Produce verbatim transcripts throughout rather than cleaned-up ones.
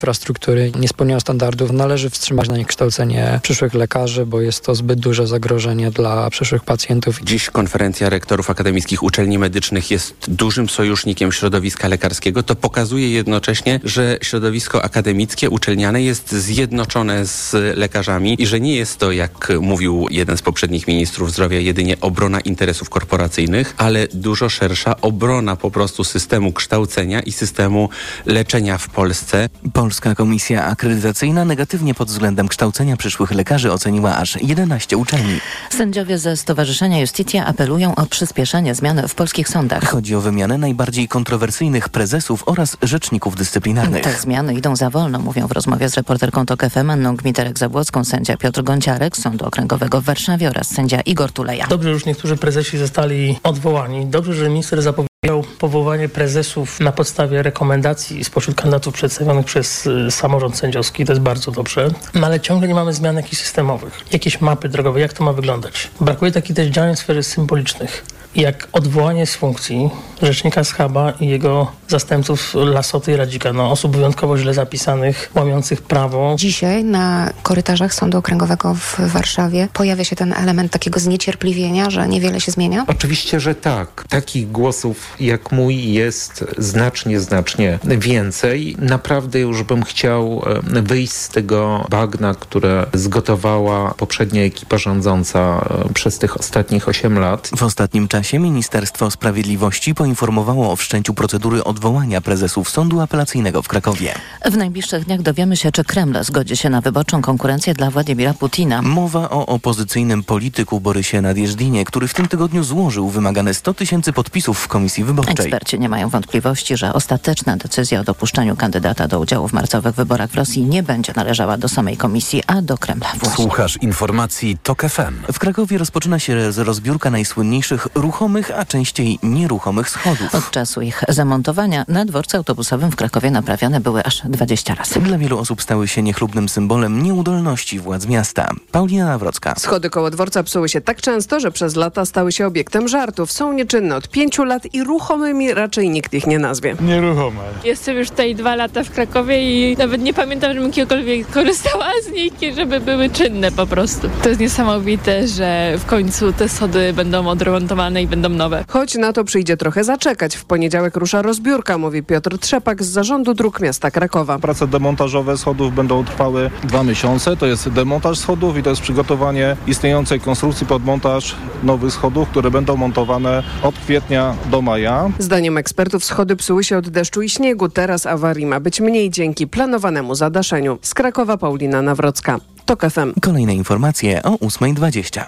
infrastruktury nie spełniają standardów, należy wstrzymać na nie kształcenie przyszłych lekarzy, bo jest to zbyt duże zagrożenie dla przyszłych pacjentów. Dziś konferencja rektorów akademickich uczelni medycznych jest dużym sojusznikiem środowiska lekarskiego. To pokazuje jednocześnie, że środowisko akademickie, uczelniane jest zjednoczone z lekarzami i że nie jest to, jak mówił jeden z poprzednich ministrów zdrowia, jedynie obrona interesów korporacyjnych, ale dużo szersza obrona po prostu systemu kształcenia i systemu leczenia w Polsce. Polska Komisja Akredytacyjna negatywnie pod względem kształcenia przyszłych lekarzy oceniła aż jedenaście uczelni. Sędziowie ze Stowarzyszenia Justitia apelują o przyspieszenie zmian w polskich sądach. Chodzi o wymianę najbardziej kontrowersyjnych prezesów oraz rzeczników dyscyplinarnych. Te zmiany idą za wolno, mówią w rozmowie z reporterką TOK F M Anną Gmiterek-Zabłocką sędzia Piotr Gonciarek z Sądu Okręgowego w Warszawie oraz sędzia Igor Tuleja. Dobrze, że już niektórzy prezesi zostali odwołani. Dobrze, że minister zapowiedział powołanie prezesów na podstawie rekomendacji spośród kandydatów przedstawionych przez y, samorząd sędziowski. To jest bardzo dobrze. No ale ciągle nie mamy zmian jakichś systemowych. Jakieś mapy drogowe. Jak to ma wyglądać? Brakuje takich też działań w sferze symbolicznych. Jak odwołanie z funkcji rzecznika Schaba i jego zastępców Lassoty i Radzika, no, osób wyjątkowo źle zapisanych, łamiących prawo. Dzisiaj na korytarzach Sądu Okręgowego w Warszawie pojawia się ten element takiego zniecierpliwienia, że niewiele się zmienia? Oczywiście, że tak. Takich głosów jak mój jest znacznie, znacznie więcej. Naprawdę już bym chciał wyjść z tego bagna, które zgotowała poprzednia ekipa rządząca przez tych ostatnich osiem lat. W ostatnim czasie Ministerstwo Sprawiedliwości poinformowało o wszczęciu procedury odwołania prezesów Sądu Apelacyjnego w Krakowie. W najbliższych dniach dowiemy się, czy Kreml zgodzi się na wyborczą konkurencję dla Władimira Putina. Mowa o opozycyjnym polityku Borysie Nadjeżdinie, który w tym tygodniu złożył wymagane sto tysięcy podpisów w komisji wyborczej. Eksperci nie mają wątpliwości, że ostateczna decyzja o dopuszczeniu kandydata do udziału w marcowych wyborach w Rosji nie będzie należała do samej komisji, a do Kremla właśnie. Słuchasz informacji TOK F M. W Krakowie rozpoczyna się rozbiórka najsłynniejszych ruchomych, a częściej nieruchomych schodów. Od czasu ich zamontowania na dworcu autobusowym w Krakowie naprawiane były aż dwadzieścia razy. Dla wielu osób stały się niechlubnym symbolem nieudolności władz miasta. Paulina Nawrocka. Schody koło dworca psuły się tak często, że przez lata stały się obiektem żartów. Są nieczynne od pięciu lat i ruchomymi raczej nikt ich nie nazwie. Nieruchome. Jestem już tutaj dwa lata w Krakowie i nawet nie pamiętam, żebym kiedykolwiek korzystała z nich, żeby były czynne po prostu. To jest niesamowite, że w końcu te schody będą odremontowane i będą nowe. Choć na to przyjdzie trochę zaczekać. W poniedziałek rusza rozbiórka, mówi Piotr Trzepak z Zarządu Dróg Miasta Krakowa. Prace demontażowe schodów będą trwały dwa miesiące. To jest demontaż schodów i to jest przygotowanie istniejącej konstrukcji pod montaż nowych schodów, które będą montowane od kwietnia do maja. Zdaniem ekspertów schody psuły się od deszczu i śniegu. Teraz awarii ma być mniej dzięki planowanemu zadaszeniu. Z Krakowa Paulina Nawrocka. TOK F M. Kolejne informacje o ósma dwadzieścia.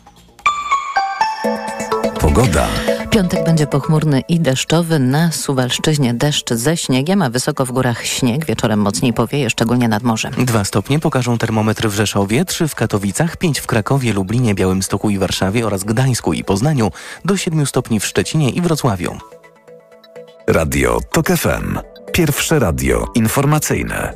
Pogoda. Piątek będzie pochmurny i deszczowy. Na Suwalszczyźnie deszcz ze śniegiem, a wysoko w górach śnieg. Wieczorem mocniej powieje, szczególnie nad morzem. Dwa stopnie pokażą termometry w Rzeszowie, trzy w Katowicach, pięć w Krakowie, Lublinie, Białymstoku i Warszawie oraz Gdańsku i Poznaniu, do siedmiu stopni w Szczecinie i Wrocławiu. Radio TOK F M. Pierwsze radio informacyjne.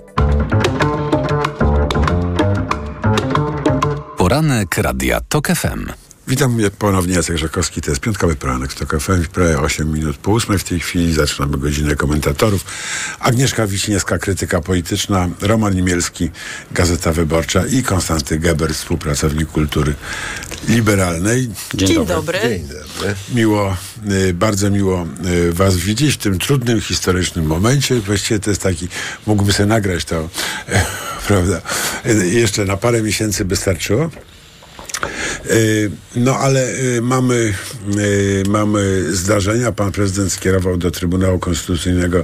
Poranek Radia TOK F M. Witam ponownie, Jacek Żakowski, to jest piątkowy poranek z TOK F M, prawie osiem minut po ósmej w tej chwili, zaczynamy godzinę komentatorów. Agnieszka Wiśniewska, krytyka polityczna, Roman Niemielski, Gazeta Wyborcza i Konstanty Geber, współpracownik kultury liberalnej. Dzień, Dzień dobry. dobry. Dzień dobry. Miło, y, bardzo miło y, was widzieć w tym trudnym, historycznym momencie. Właściwie to jest taki, mógłbym sobie nagrać to, y, prawda, y, jeszcze na parę miesięcy by starczyło. No ale mamy, mamy zdarzenia. Pan prezydent skierował do Trybunału Konstytucyjnego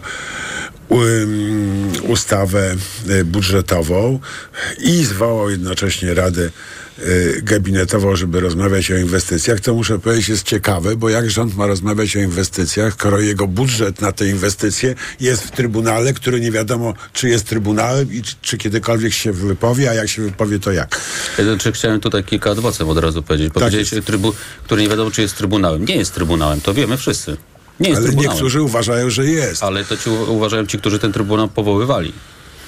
ustawę budżetową i zwołał jednocześnie Radę gabinetową, żeby rozmawiać o inwestycjach. To muszę powiedzieć jest ciekawe, bo jak rząd ma rozmawiać o inwestycjach, skoro jego budżet na te inwestycje jest w Trybunale, który nie wiadomo, czy jest Trybunałem i czy, czy kiedykolwiek się wypowie, a jak się wypowie, to jak. Czy chciałem tutaj kilka adwocem od razu powiedzieć. Powiedzieć, tak trybu, który nie wiadomo, czy jest Trybunałem. Nie jest Trybunałem, to wiemy wszyscy. Nie jest Ale Trybunałem. Niektórzy uważają, że jest. Ale to ci uważają ci, którzy ten Trybunał powoływali.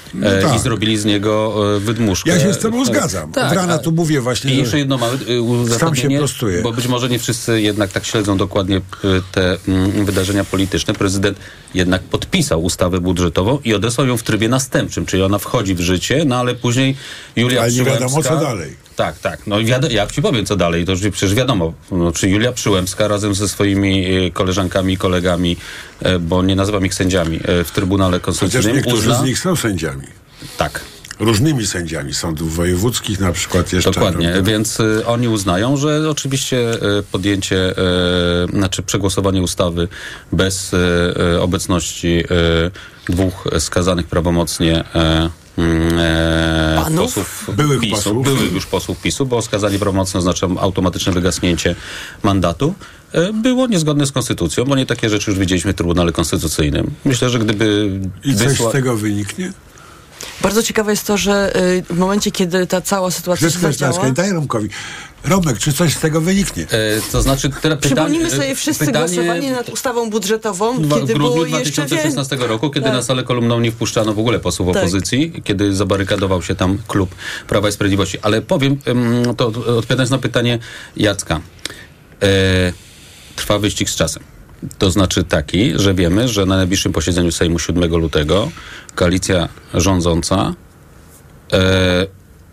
no tak. i zrobili z niego wydmuszkę. Ja się z tobą zgadzam. Tak, Od rana tu mówię właśnie. I jeszcze jedno małe uzasadnienie, się bo być może nie wszyscy jednak tak śledzą dokładnie te mm, wydarzenia polityczne. Prezydent jednak podpisał ustawę budżetową i odesłał ją w trybie następczym, czyli ona wchodzi w życie, no ale później Julia ale nie Przyłębska... wiadomo, co dalej. Tak, tak. No wiado- jak ci powiem, co dalej, to już przecież wiadomo. No, czy Julia Przyłębska razem ze swoimi koleżankami i kolegami, bo nie nazywam ich sędziami, w Trybunale Konstytucyjnym Chociaż niektórzy uzna... z nich są sędziami. Tak. Różnymi sędziami sądów wojewódzkich na przykład jeszcze. Dokładnie, prawda? Więc y, oni uznają, że oczywiście y, podjęcie, y, znaczy przegłosowanie ustawy bez y, y, obecności y, dwóch skazanych prawomocnie y, y, posłów byłych PiSu, posłów. byłych już posłów PiSu, bo skazanie prawomocne oznacza automatyczne wygasnięcie mandatu, y, było niezgodne z konstytucją, bo nie takie rzeczy już widzieliśmy w Trybunale Konstytucyjnym. Myślę, że gdyby... I coś wysła... z tego wyniknie? Bardzo ciekawe jest to, że y, w momencie, kiedy ta cała sytuacja się zadziała... Daj Romkowi. Romek, czy coś z tego wyniknie? E, to znaczy... Teraz Przypomnijmy sobie wszyscy pytanie... głosowanie nad ustawą budżetową, w kiedy było grudniu dwa jeszcze... tysiące szesnastego roku, kiedy tak. na salę kolumną nie wpuszczano w ogóle posłów tak. opozycji, kiedy zabarykadował się tam klub Prawa i Sprawiedliwości. Ale powiem, to odpowiadając na pytanie Jacka, e, trwa wyścig z czasem. To znaczy taki, że wiemy, że na najbliższym posiedzeniu Sejmu siódmego lutego koalicja rządząca e,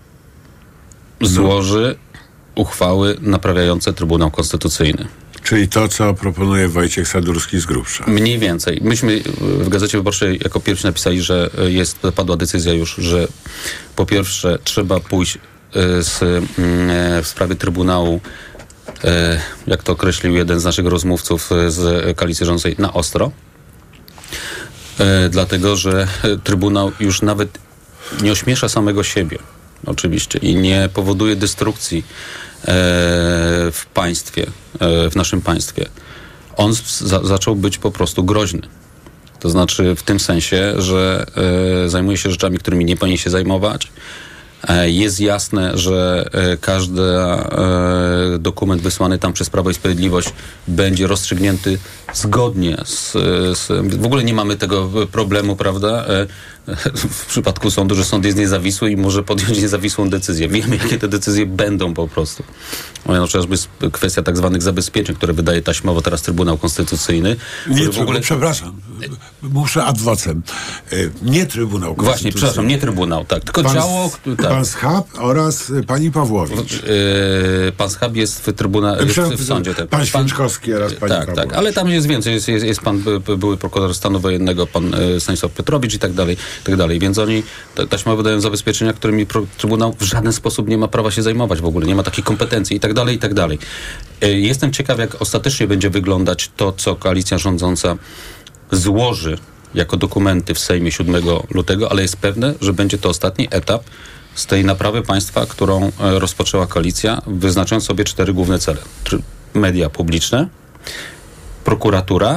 złoży uchwały naprawiające Trybunał Konstytucyjny. Czyli to, co proponuje Wojciech Sadurski z grubsza. Mniej więcej. Myśmy w Gazecie Wyborczej jako pierwsi napisali, że jest, padła decyzja już, że po pierwsze trzeba pójść z, w sprawie Trybunału, jak to określił jeden z naszych rozmówców z koalicji rządzącej, na ostro. Dlatego, że Trybunał już nawet nie ośmiesza samego siebie, oczywiście, i nie powoduje destrukcji w państwie, w naszym państwie. On za- zaczął być po prostu groźny. To znaczy w tym sensie, że zajmuje się rzeczami, którymi nie powinien się zajmować. Jest jasne, że każdy dokument wysłany tam przez Prawo i Sprawiedliwość będzie rozstrzygnięty zgodnie z, z... W ogóle nie mamy tego problemu, prawda? W przypadku sądu, że sąd jest niezawisły i może podjąć niezawisłą decyzję. Wiemy, jakie te decyzje będą po prostu. No, chociażby kwestia tak zwanych zabezpieczeń, które wydaje taśmowo teraz Trybunał Konstytucyjny. Nie, w ogóle... przepraszam, muszę ad vocem. Nie Trybunał Konstytucyjny. Właśnie, przepraszam, nie Trybunał, tak. Tylko pan, działo... Tak. Pan Schab oraz pani Pawłowicz. Yy, pan Schab jest w Trybunale, w, w sądzie. Tak. Pan Święczkowski oraz pani Tak, Pawłowicz. tak, ale tam jest więcej. Jest, jest, jest pan by, były prokurator stanu wojennego, pan y, Stanisław Piotrowicz i tak dalej, i tak dalej. Więc oni ta, taśma wydają zabezpieczenia, którymi pro, Trybunał w żaden sposób nie ma prawa się zajmować w ogóle. Nie ma takiej kompetencji i tak dalej, i tak dalej. Y, jestem ciekaw, jak ostatecznie będzie wyglądać to, co koalicja rządząca złoży jako dokumenty w Sejmie siódmego lutego, ale jest pewne, że będzie to ostatni etap z tej naprawy państwa, którą e, rozpoczęła koalicja, wyznaczając sobie cztery główne cele. Tr- media publiczne, prokuratura,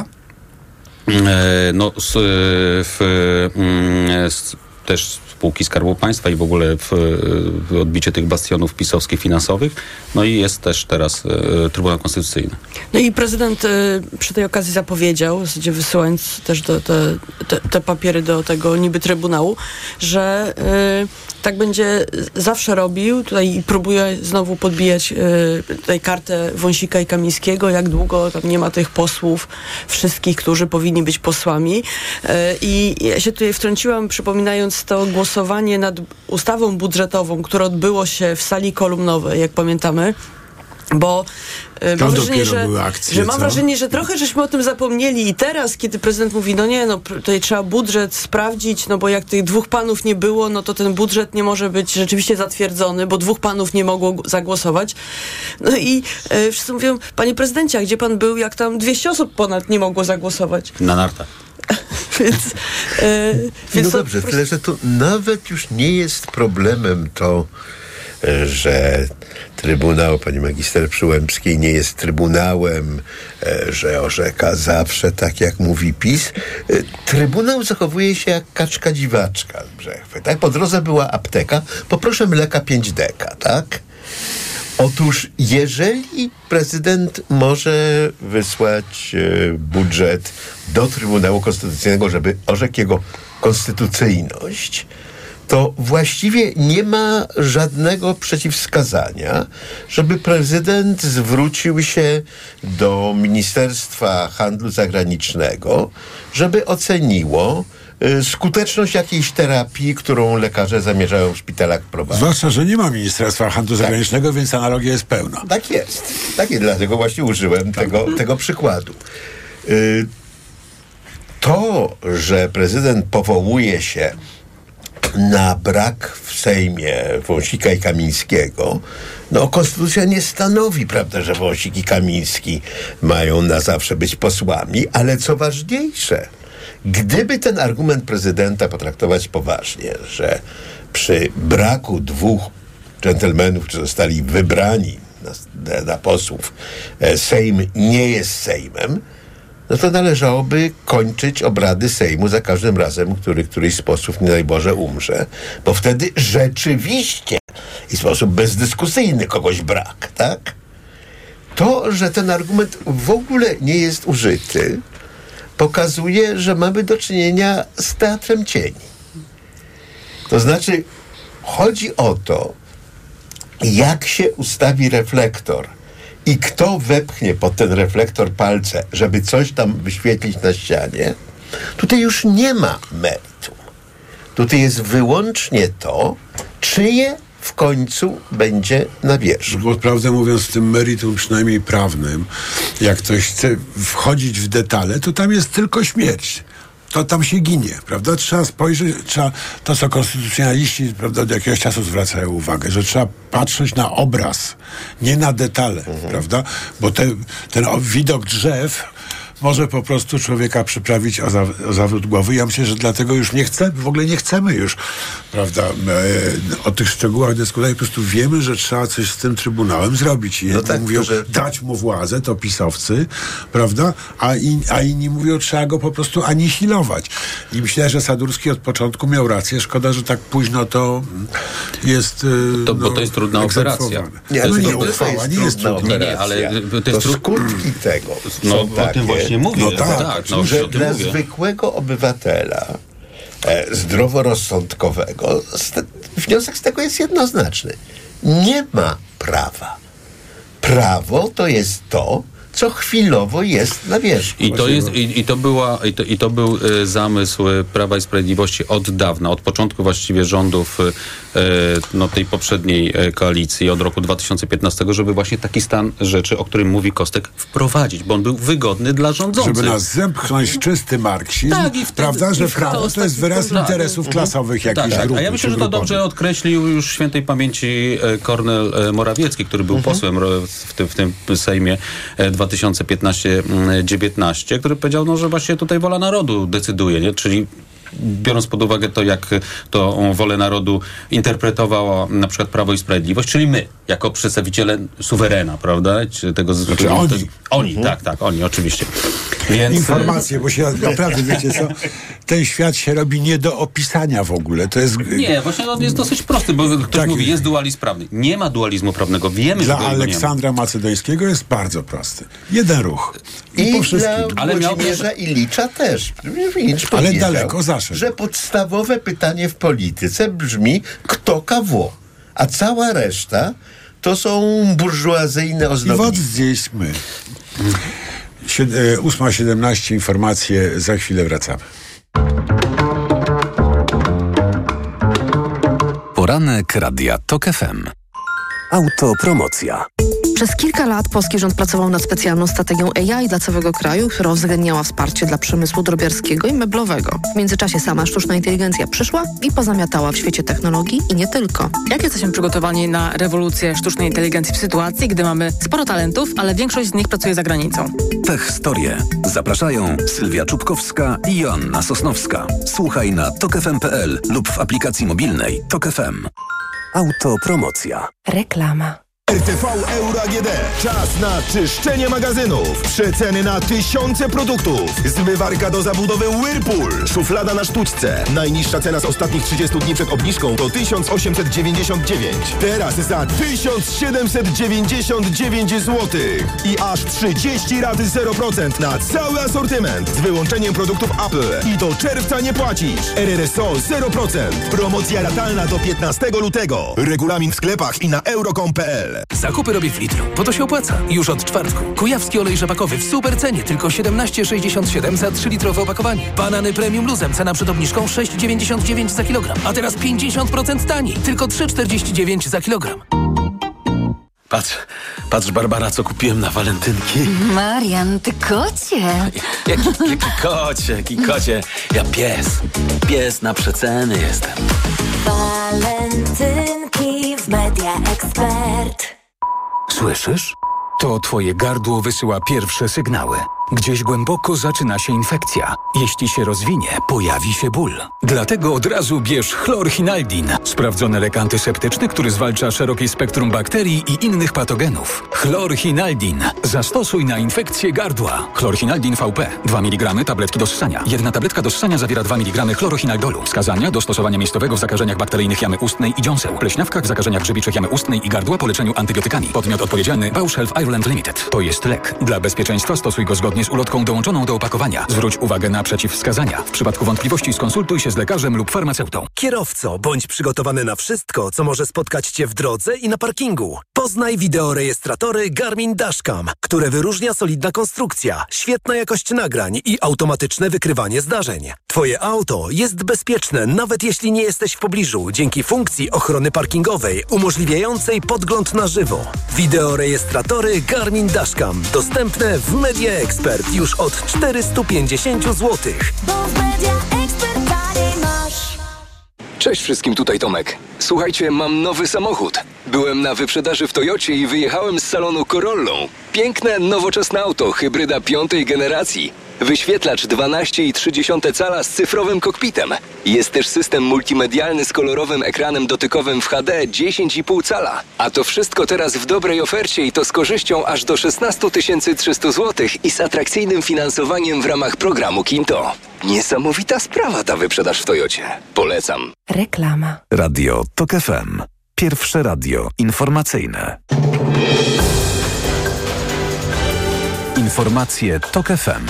e, no, s, w, mm, s, też spółki Skarbu Państwa i w ogóle w, w odbicie tych bastionów pisowskich finansowych. No i jest też teraz e, Trybunał Konstytucyjny. No i prezydent y, przy tej okazji zapowiedział, w zasadzie wysyłając też do, te, te, te papiery do tego niby Trybunału, że y, tak będzie zawsze robił, tutaj próbuje znowu podbijać y, tutaj kartę Wąsika i Kamińskiego, jak długo tam nie ma tych posłów wszystkich, którzy powinni być posłami. Y, I ja się tutaj wtrąciłam, przypominając to głosowanie nad ustawą budżetową, które odbyło się w sali kolumnowej, jak pamiętamy. Bo y, mam wrażenie, że, akcje, że mam co? wrażenie, że trochę żeśmy o tym zapomnieli i teraz, kiedy prezydent mówi, no nie, no tutaj trzeba budżet sprawdzić, no bo jak tych dwóch panów nie było, no to ten budżet nie może być rzeczywiście zatwierdzony, bo dwóch panów nie mogło g- zagłosować. No i y, wszyscy mówią, panie prezydencie, a gdzie pan był, jak tam dwieście osób ponad nie mogło zagłosować? Na nartach. więc, y, więc no to dobrze, po tyle, że to nawet już nie jest problemem to, że Trybunał pani magister Przyłębskiej nie jest trybunałem, że orzeka zawsze tak, jak mówi PiS. Trybunał zachowuje się jak kaczka dziwaczka z Brzechwy. Tak? Po drodze była apteka, poproszę mleka pięć deka, tak? Otóż jeżeli prezydent może wysłać e, budżet do Trybunału Konstytucyjnego, żeby orzekł jego konstytucyjność, to właściwie nie ma żadnego przeciwwskazania, żeby prezydent zwrócił się do Ministerstwa Handlu Zagranicznego, żeby oceniło skuteczność jakiejś terapii, którą lekarze zamierzają w szpitalach prowadzić. Zwłaszcza, że nie ma Ministerstwa Handlu Zagranicznego, tak. Więc analogia jest pełna. Tak jest. Tak jest. Dlatego właśnie użyłem tak. tego, tego przykładu. To, że prezydent powołuje się na brak w Sejmie Wąsika i Kamińskiego, no konstytucja nie stanowi, prawda, że Wąsik i Kamiński mają na zawsze być posłami, ale co ważniejsze, gdyby ten argument prezydenta potraktować poważnie, że przy braku dwóch dżentelmenów, którzy zostali wybrani na, na posłów, Sejm nie jest Sejmem, no to należałoby kończyć obrady Sejmu za każdym razem, który któryś z posłów, nie daj Boże, umrze, bo wtedy rzeczywiście i w sposób bezdyskusyjny kogoś brak, tak? To, że ten argument w ogóle nie jest użyty, pokazuje, że mamy do czynienia z teatrem cieni. To znaczy, chodzi o to, jak się ustawi reflektor i kto wepchnie pod ten reflektor palce, żeby coś tam wyświetlić na ścianie, tutaj już nie ma meritum. Tutaj jest wyłącznie to, czyje w końcu będzie na wierzchu. Bo prawdę mówiąc, w tym meritum przynajmniej prawnym, jak ktoś chce wchodzić w detale, to tam jest tylko śmierć. To tam się ginie, prawda? Trzeba spojrzeć, trzeba, to co konstytucjonaliści, prawda, od jakiegoś czasu zwracają uwagę, że trzeba patrzeć na obraz, nie na detale, mhm. prawda? Bo te, ten widok drzew może po prostu człowieka przyprawić o, za, o zawrót głowy. Ja myślę, że dlatego już nie chcemy, w ogóle nie chcemy już, prawda, e, o tych szczegółach dyskutować. Po prostu wiemy, że trzeba coś z tym Trybunałem zrobić. Jedni no tak, mówią, że dać mu władzę, to pisowcy, prawda, a, in, a inni mówią, trzeba go po prostu anihilować. I myślę, że Sadurski od początku miał rację. Szkoda, że tak późno to jest e, to, bo no, to jest trudna operacja. Nie, to no jest, nie, uchwała nie jest trudna. Nie, nie, ale to, jest to skutki tego no, są takie, o tym właśnie mówię. No tak, tak no, że dla mówię. zwykłego obywatela e, zdroworozsądkowego st- wniosek z tego jest jednoznaczny. Nie ma prawa. Prawo to jest to, co chwilowo jest na wierzchu. I to, jest, i, i to, była, i to, i to był y, zamysł Prawa i Sprawiedliwości od dawna, od początku właściwie rządów y, no, tej poprzedniej y, koalicji, od roku dwa tysiące piętnastego, żeby właśnie taki stan rzeczy, o którym mówi Kostek, wprowadzić, bo on był wygodny dla rządzących. Żeby nas zepchnąć w czysty marksizm, tak, i wtedy, prawda, że prawo to jest wyraz tak, interesów klasowych tak, jakichś tak, grup. A ja myślę, że to dobrze odkreślił już świętej pamięci Kornel Morawiecki, który był mhm. posłem w, ty, w tym Sejmie dwa tysiące piętnaście dziewiętnaście, który powiedział, no, że właśnie tutaj wola narodu decyduje, nie? Czyli biorąc pod uwagę to, jak to wolę narodu interpretowała na przykład Prawo i Sprawiedliwość, czyli my, jako przedstawiciele suwerena, prawda? Tego z... Znaczy oni. To, oni, mhm. tak, tak, oni, oczywiście. Więc... Informacje, bo się naprawdę, wiecie co, ten świat się robi nie do opisania w ogóle. To jest... Nie, właśnie on jest dosyć prosty, bo ktoś tak. mówi, jest dualizm prawny. Nie ma dualizmu prawnego, wiemy, dla że Dla Aleksandra Macedońskiego jest bardzo prosty. Jeden ruch. I, I po wszystkim. Ale Włodzimierza Ilicza też. Ilicz ale daleko zaszedł. Że podstawowe pytanie w polityce brzmi, kto kawo? A cała reszta to są burżuazyjne ozdobniki. I wod gdzieś my. ósma siedemnaście, informacje, za chwilę wracamy. Poranek Radia Tok F M. Autopromocja. Przez kilka lat polski rząd pracował nad specjalną strategią A I dla całego kraju, która uwzględniała wsparcie dla przemysłu drobiarskiego i meblowego. W międzyczasie sama sztuczna inteligencja przyszła i pozamiatała w świecie technologii i nie tylko. Jak jesteśmy przygotowani na rewolucję sztucznej inteligencji w sytuacji, gdy mamy sporo talentów, ale większość z nich pracuje za granicą? Tech Storie. Zapraszają Sylwia Czubkowska i Joanna Sosnowska. Słuchaj na tok f m kropka p l lub w aplikacji mobilnej Tok F M. Autopromocja. Reklama. R T V Euro A G D. Czas na czyszczenie magazynów. Przeceny na tysiące produktów. Zmywarka do zabudowy Whirlpool. Szuflada na sztućce. Najniższa cena z ostatnich trzydziestu dni przed obniżką to tysiąc osiemset dziewięćdziesiąt dziewięć. Teraz za tysiąc siedemset dziewięćdziesiąt dziewięć złotych. I aż trzydzieści rat zero procent na cały asortyment. Z wyłączeniem produktów Apple. I do czerwca nie płacisz. R R S O zero procent. Promocja ratalna do piętnastego lutego. Regulamin w sklepach i na euro kropka com kropka p l. Zakupy robię w litru, bo to się opłaca. Już od czwartku. Kujawski olej rzepakowy w super cenie, tylko siedemnaście sześćdziesiąt siedem za trzy litrowe opakowanie. Banany premium luzem, cena przed obniżką sześć dziewięćdziesiąt dziewięć za kilogram. A teraz pięćdziesiąt procent taniej, tylko trzy czterdzieści dziewięć za kilogram. Patrz, patrz Barbara, co kupiłem na walentynki. Marian, ty kocie. Jaki, jaki kocie, jaki kocie. Ja pies. Pies na przeceny jestem. Walentynki w Media Expert. Słyszysz? To twoje gardło wysyła pierwsze sygnały. Gdzieś głęboko zaczyna się infekcja. Jeśli się rozwinie, pojawi się ból. Dlatego od razu bierz Chlorhinaldin. Sprawdzony lek antyseptyczny, który zwalcza szerokie spektrum bakterii i innych patogenów. Chlorhinaldin. Zastosuj na infekcję gardła. Chlorhinaldin V P. dwa miligramy tabletki do ssania. Jedna tabletka do ssania zawiera dwa miligramy chlorochinaldolu. Wskazania do stosowania miejscowego w zakażeniach bakteryjnych jamy ustnej i dziąseł. Pleśniawkach w zakażeniach grzybiczych jamy ustnej i gardła po leczeniu antybiotykami. Podmiot odpowiedzialny Bausch Health Ireland Limited. To jest lek. Dla bezpieczeństwa stosuj go zgodnie z ulotką dołączoną do opakowania. Zwróć uwagę na przeciwwskazania. W przypadku wątpliwości skonsultuj się z lekarzem lub farmaceutą. Kierowco, bądź przygotowany na wszystko, co może spotkać Cię w drodze i na parkingu. Poznaj wideorejestratory Garmin Dashcam, które wyróżnia solidna konstrukcja, świetna jakość nagrań i automatyczne wykrywanie zdarzeń. Twoje auto jest bezpieczne, nawet jeśli nie jesteś w pobliżu, dzięki funkcji ochrony parkingowej umożliwiającej podgląd na żywo. Wideorejestratory Garmin Dashcam dostępne w Media Expert już od czterysta pięćdziesiąt złotych. Cześć wszystkim, tutaj Tomek. Słuchajcie, mam nowy samochód. Byłem na wyprzedaży w Toyocie i wyjechałem z salonu Corollą. Piękne, nowoczesne auto, hybryda piątej generacji. Wyświetlacz dwanaście i trzy dziesiąte cala z cyfrowym kokpitem. Jest też system multimedialny z kolorowym ekranem dotykowym w H D dziesięć i pół cala. A to wszystko teraz w dobrej ofercie i to z korzyścią aż do szesnaście tysięcy trzysta złotych i z atrakcyjnym finansowaniem w ramach programu Kinto. Niesamowita sprawa ta wyprzedaż w Toyocie. Polecam. Reklama. Radio Tok F M. Pierwsze radio informacyjne. Informacje Tok F M.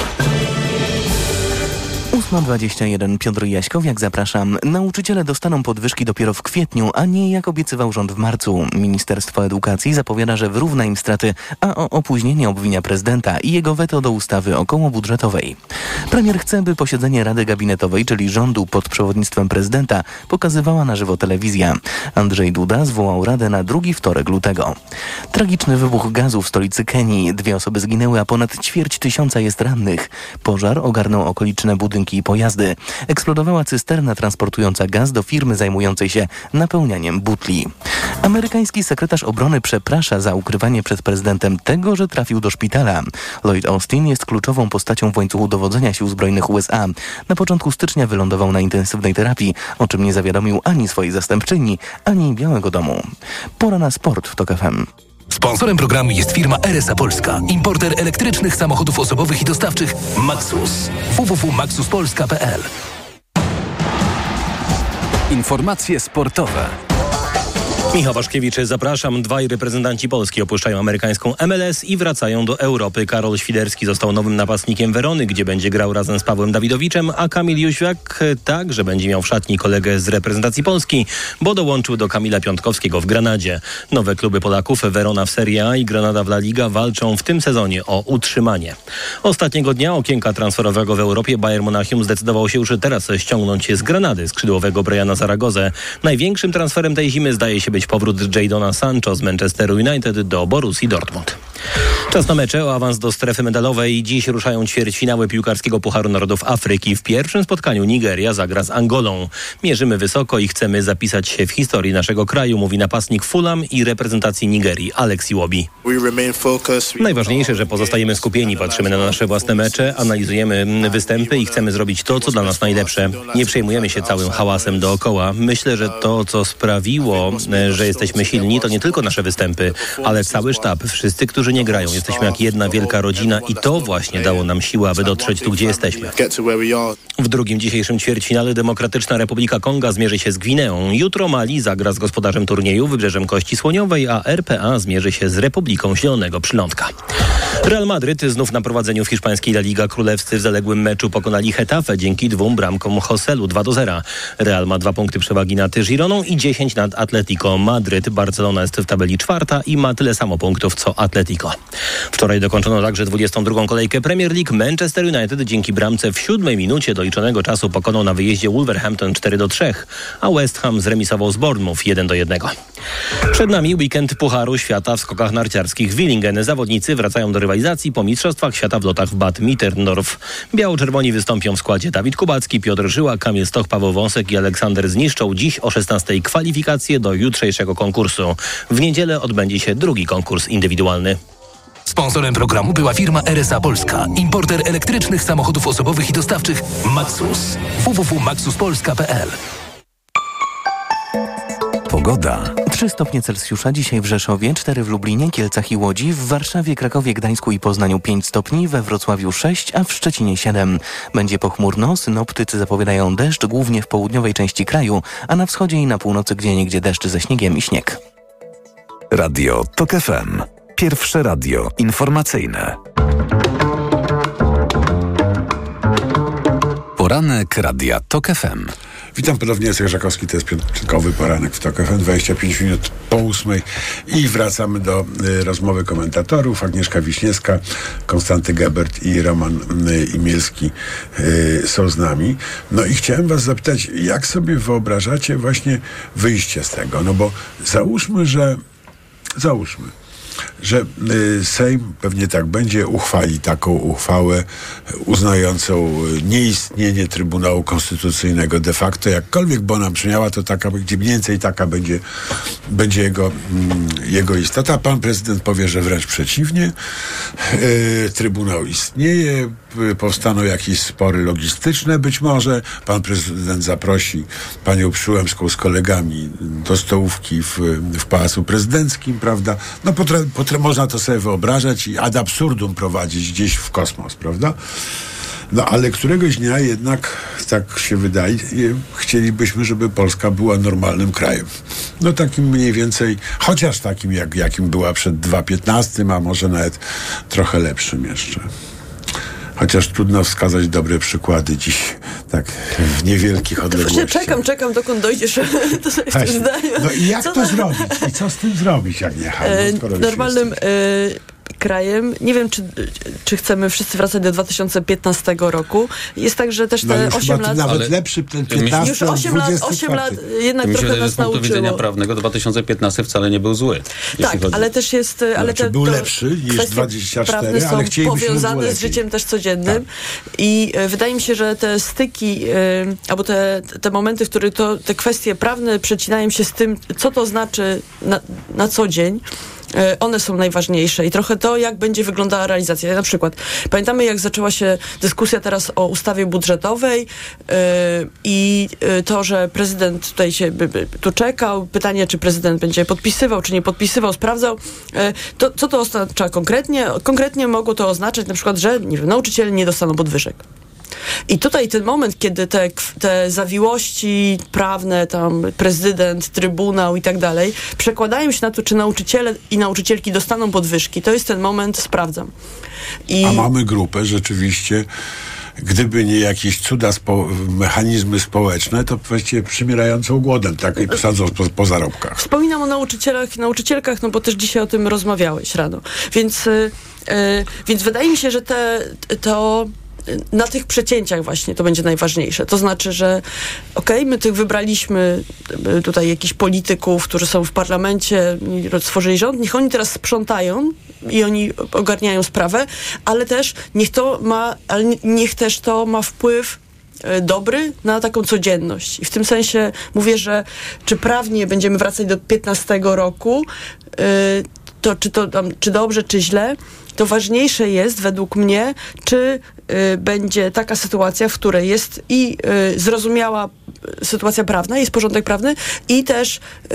ósma dwadzieścia jeden, Piotr Jaśkowiak, zapraszam. Nauczyciele dostaną podwyżki dopiero w kwietniu, a nie jak obiecywał rząd w marcu. Ministerstwo Edukacji zapowiada, że wyrówna im straty, a o opóźnienie obwinia prezydenta i jego weto do ustawy okołobudżetowej. Premier chce, by posiedzenie Rady Gabinetowej, czyli rządu pod przewodnictwem prezydenta, pokazywała na żywo telewizja. Andrzej Duda zwołał radę na drugi wtorek lutego. Tragiczny wybuch gazu w stolicy Kenii. Dwie osoby zginęły, a ponad ćwierć tysiąca jest rannych. Pożar ogarnął okoliczne budynki i pojazdy. Eksplodowała cysterna transportująca gaz do firmy zajmującej się napełnianiem butli. Amerykański sekretarz obrony przeprasza za ukrywanie przed prezydentem tego, że trafił do szpitala. Lloyd Austin jest kluczową postacią w łańcuchu dowodzenia sił zbrojnych U S A. Na początku stycznia wylądował na intensywnej terapii, o czym nie zawiadomił ani swojej zastępczyni, ani Białego Domu. Pora na sport w Tok F M. Sponsorem programu jest firma R S A Polska, importer elektrycznych samochodów osobowych i dostawczych Maxus. w w w kropka maxus polska kropka p l. Informacje sportowe. Michał Waszkiewicz, zapraszam. Dwaj reprezentanci Polski opuszczają amerykańską M L S i wracają do Europy. Karol Świderski został nowym napastnikiem Werony, gdzie będzie grał razem z Pawłem Dawidowiczem, a Kamil Jóźwiak także będzie miał w szatni kolegę z reprezentacji Polski, bo dołączył do Kamila Piątkowskiego w Granadzie. Nowe kluby Polaków, Werona w Serie A i Granada w La Liga, walczą w tym sezonie o utrzymanie. Ostatniego dnia okienka transferowego w Europie Bayern Monachium zdecydował się już teraz ściągnąć z Granady skrzydłowego Briana Zaragozę. Największym transferem tej zimy zdaje się być powrót Jadona Sancho z Manchesteru United do Borussii Dortmund. Czas na mecze o awans do strefy medalowej. Dziś ruszają ćwierćfinały piłkarskiego Pucharu Narodów Afryki. W pierwszym spotkaniu Nigeria zagra z Angolą. Mierzymy wysoko i chcemy zapisać się w historii naszego kraju, mówi napastnik Fulham i reprezentacji Nigerii Alex Iwobi. Najważniejsze, że pozostajemy skupieni, patrzymy na nasze własne mecze, analizujemy występy i chcemy zrobić to, co dla nas najlepsze. Nie przejmujemy się całym hałasem dookoła. Myślę, że to, co sprawiło, że jesteśmy silni, to nie tylko nasze występy, ale cały sztab, wszyscy, którzy nie grają. Jesteśmy jak jedna wielka rodzina i to właśnie dało nam siłę, aby dotrzeć tu, gdzie jesteśmy. W drugim dzisiejszym ćwierćfinale Demokratyczna Republika Konga zmierzy się z Gwineą. Jutro Mali zagra z gospodarzem turnieju Wybrzeżem Kości Słoniowej, a R P A zmierzy się z Republiką Zielonego Przylądka. Real Madryt znów na prowadzeniu w hiszpańskiej La Liga. Królewscy w zaległym meczu pokonali Getafe dzięki dwóm bramkom Joselu dwa do zera. Real ma dwa punkty przewagi nad Gironą i dziesięć nad Atletico Madryt. Barcelona jest w tabeli czwarta i ma tyle samo punktów co Atletico. Wczoraj dokończono także dwudziestą drugą kolejkę Premier League. Manchester United dzięki bramce w siódmej minucie doliczonego czasu pokonał na wyjeździe Wolverhampton cztery do trzech, a West Ham zremisował z Bournemouth jeden do jednego. Przed nami weekend Pucharu Świata w skokach narciarskich w Willingen. Zawodnicy wracają do rywalizacji po Mistrzostwach Świata w lotach w Bad Mitterndorf. Biało-czerwoni wystąpią w składzie Dawid Kubacki, Piotr Żyła, Kamil Stoch, Paweł Wąsek i Aleksander Zniszczą dziś o szesnastej kwalifikacje do jutrzejszego konkursu. W niedzielę odbędzie się drugi konkurs indywidualny. Sponsorem programu była firma R S A Polska, importer elektrycznych samochodów osobowych i dostawczych Maxus. w w w kropka maxus polska kropka p l. Pogoda. trzy stopnie Celsjusza dzisiaj w Rzeszowie, cztery w Lublinie, Kielcach i Łodzi, w Warszawie, Krakowie, Gdańsku i Poznaniu pięć stopni, we Wrocławiu sześć, a w Szczecinie siedem. Będzie pochmurno, synoptycy zapowiadają deszcz głównie w południowej części kraju, a na wschodzie i na północy gdzieniegdzie deszcz ze śniegiem i śnieg. Radio TOK F M. Pierwsze radio informacyjne. Poranek Radia TOK F M. Witam ponownie, Jacek Żakowski, to jest piątkowy poranek w TOK F M, dwadzieścia pięć minut po ósmej i wracamy do y, rozmowy komentatorów. Agnieszka Wiśniewska, Konstanty Gebert i Roman y, Imielski y, są z nami. No i chciałem was zapytać, jak sobie wyobrażacie właśnie wyjście z tego? No bo załóżmy, że załóżmy, że y, Sejm pewnie tak będzie, uchwali taką uchwałę uznającą nieistnienie Trybunału Konstytucyjnego de facto, jakkolwiek by ona brzmiała, to taka, gdzie mniej więcej taka będzie, będzie jego, mm, jego istota. A pan prezydent powie, że wręcz przeciwnie. Y, Trybunał istnieje, y, powstaną jakieś spory logistyczne być może. Pan prezydent zaprosi panią Przyłębską z kolegami do stołówki w, w Pałacu Prezydenckim, prawda? No potra- potra- można to sobie wyobrażać i ad absurdum prowadzić gdzieś w kosmos, prawda? No ale któregoś dnia jednak, tak się wydaje, chcielibyśmy, żeby Polska była normalnym krajem. No takim mniej więcej, chociaż takim, jak, jakim była przed dwa tysiące piętnastym, a może nawet trochę lepszym jeszcze. Chociaż trudno wskazać dobre przykłady dziś, tak w niewielkich odległościach. Czekam, czekam, dokąd dojdziesz do tych zdania. No i jak co to zrobić? I co z tym zrobić, jak nie? E, normalnym e, krajem, nie wiem, czy, czy chcemy wszyscy wracać do dwa tysiące piętnastego roku. Jest tak, że też te no już osiem lat... nawet ale lepszy ten piętnasty, już osiem lat, osiem lat jednak myślę, trochę że nas z punktu nauczyło. widzenia prawnego dwa tysiące piętnasty wcale nie był zły. Tak, chodzi. Ale też jest... Ale znaczy, te, był lepszy niż dwadzieścia cztery, ale są powiązane z życiem też codziennym. Tak. I e, wydaje mi się, że te styki, e, albo te, te momenty, w których to, te kwestie prawne przecinają się z tym, co to znaczy na, na co dzień, one są najważniejsze i trochę to, jak będzie wyglądała realizacja. Na przykład pamiętamy, jak zaczęła się dyskusja teraz o ustawie budżetowej yy, i yy, to, że prezydent tutaj się by, by, tu czekał. Pytanie, czy prezydent będzie podpisywał, czy nie podpisywał, sprawdzał. Yy, to, co to oznacza konkretnie? Konkretnie mogło to oznaczać na przykład, że nie wiem, nauczyciele nie dostaną podwyżek. I tutaj ten moment, kiedy te, te zawiłości prawne, tam prezydent, trybunał i tak dalej, przekładają się na to, czy nauczyciele i nauczycielki dostaną podwyżki, to jest ten moment, sprawdzam. I... A mamy grupę rzeczywiście, gdyby nie jakieś cuda, spo, mechanizmy społeczne, to właściwie przymierającą głodem, tak, i sadzą po, po zarobkach. Wspominam o nauczycielach i nauczycielkach, no bo też dzisiaj o tym rozmawiałeś rano. Więc, yy, yy, więc wydaje mi się, że te, to... na tych przecięciach właśnie to będzie najważniejsze. To znaczy, że okej, okay, my tych wybraliśmy tutaj jakichś polityków, którzy są w parlamencie i stworzyli rząd, niech oni teraz sprzątają i oni ogarniają sprawę, ale też niech to ma, ale niech też to ma wpływ dobry na taką codzienność. I w tym sensie mówię, że czy prawnie będziemy wracać do piętnastego roku, to czy to czy dobrze, czy źle, to ważniejsze jest według mnie, czy y, będzie taka sytuacja, w której jest i y, zrozumiała sytuacja prawna, jest porządek prawny i też y,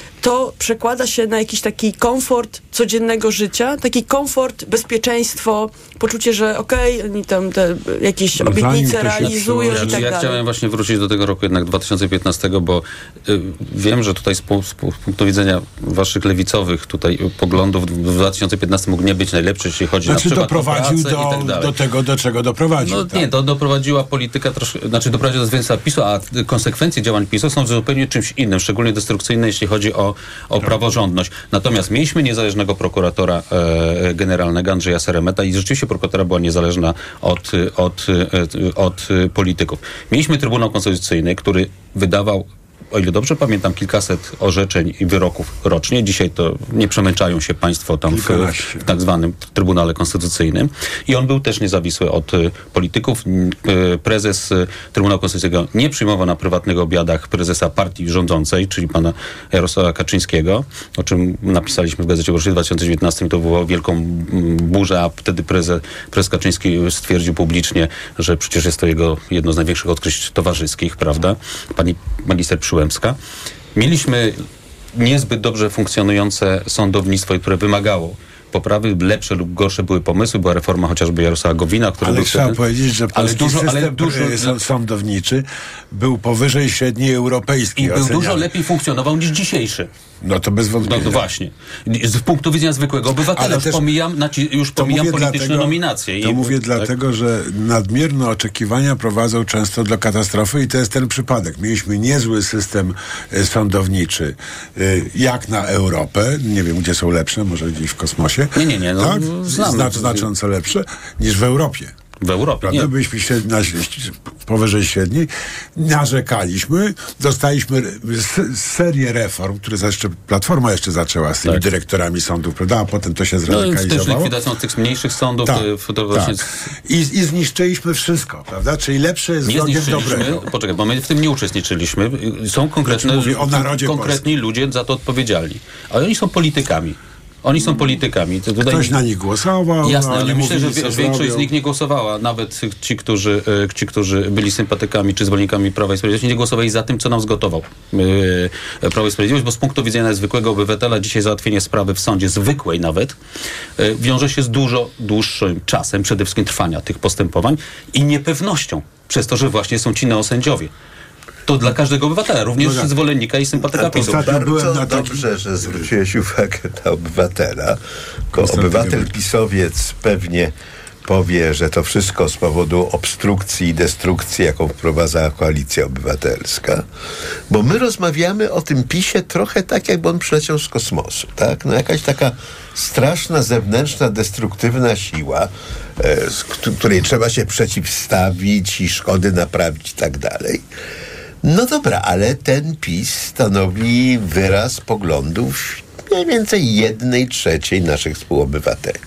to przekłada się na jakiś taki komfort codziennego życia, taki komfort, bezpieczeństwo, poczucie, że okej, okay, oni tam te jakieś obietnice realizują i tak ja dalej. Chciałem właśnie wrócić do tego roku jednak dwa tysiące piętnastego, bo y, wiem, że tutaj z, pu- z punktu widzenia waszych lewicowych tutaj poglądów w dwa tysiące piętnastym mógł nie być najlepszy, jeśli chodzi znaczy na przykład doprowadził o pracę do, i tak dalej. do tego, do czego doprowadził. No tak? nie, to doprowadziła polityka troszkę, znaczy doprowadziła do zwycięstwa PiSu, a konsekwencje działań PiSu są zupełnie czymś innym, szczególnie destrukcyjne, jeśli chodzi o, o praworządność. Natomiast mieliśmy niezależnego prokuratora e, generalnego Andrzeja Seremeta i rzeczywiście prokuratura była niezależna od, od, od, od polityków. Mieliśmy Trybunał Konstytucyjny, który wydawał, o ile dobrze pamiętam, kilkaset orzeczeń i wyroków rocznie. Dzisiaj to nie przemęczają się państwo tam w, w tak zwanym Trybunale Konstytucyjnym. I on był też niezawisły od y, polityków. Y, prezes y, Trybunału Konstytucyjnego nie przyjmował na prywatnych obiadach prezesa partii rządzącej, czyli pana Jarosława Kaczyńskiego, o czym napisaliśmy w Gazecie Wyborczej w dwa tysiące dziewiętnastym. To było wielką m, burzę, a wtedy prezes, prezes Kaczyński stwierdził publicznie, że przecież jest to jego jedno z największych odkryć towarzyskich, prawda? Pani magister Przyłębska. Mieliśmy niezbyt dobrze funkcjonujące sądownictwo, które wymagało poprawy, lepsze lub gorsze były pomysły, była reforma chociażby Jarosława Gowina, który ale był trzeba wtedy, powiedzieć, że polski ale dużo, system ale dużo, sądowniczy był powyżej średniej europejskiej. I był oceniany. dużo lepiej funkcjonował niż dzisiejszy. No to bez wątpienia. No, no właśnie. Z punktu widzenia zwykłego obywatela już pomijam, znaczy, już pomijam polityczne dlatego, nominacje. To I, mówię tak? dlatego, że nadmierne oczekiwania prowadzą często do katastrofy i to jest ten przypadek. Mieliśmy niezły system y, sądowniczy, y, jak na Europę. Nie wiem, gdzie są lepsze, może gdzieś w kosmosie. Nie, nie, nie. No, tak? znamy. Znacz, znacząco lepsze niż w Europie. W Europie, Prawda? nie. Byliśmy średni, na, powyżej średniej, narzekaliśmy, dostaliśmy s- serię reform, które jeszcze Platforma jeszcze zaczęła z tymi tak. dyrektorami sądów, prawda? A potem to się No zradykalizowało. też likwidacją tych mniejszych sądów. Tak, to, to właśnie... tak. I, I zniszczyliśmy wszystko, prawda? Czyli lepsze jest nie wrogiem zniszczyliśmy, dobrego. Poczekaj, bo my w tym nie uczestniczyliśmy. Są konkretne, Znaczy, mówię o narodzie konkretni polskim. ludzie za to odpowiedzialni. Ale oni są politykami. Oni są politykami. To tutaj... Ktoś na nich głosował. Jasne, ale myślę, że mówili, wie, większość z nich nie głosowała. Nawet ci, którzy, e, ci, którzy byli sympatykami czy zwolennikami Prawa i Sprawiedliwości, nie głosowali za tym, co nam zgotował e, Prawo i Sprawiedliwość, bo z punktu widzenia zwykłego obywatela dzisiaj załatwienie sprawy w sądzie, zwykłej nawet, e, wiąże się z dużo dłuższym czasem przede wszystkim trwania tych postępowań i niepewnością, przez to, że właśnie są ci neosędziowie. To dla każdego obywatela, również no tak. zwolennika i sympatyka PiSu. Bardzo na dobrze, że zwróciłeś uwagę na obywatela, bo obywatel pisowiec pewnie powie, że to wszystko z powodu obstrukcji i destrukcji, jaką wprowadza Koalicja Obywatelska, bo my rozmawiamy o tym PiSie trochę tak, jakby on przyleciał z kosmosu, tak? No jakaś taka straszna, zewnętrzna, destruktywna siła, e, z której trzeba się przeciwstawić i szkody naprawić i tak dalej. No dobra, ale ten PiS stanowi wyraz poglądów mniej więcej jednej trzeciej naszych współobywateli.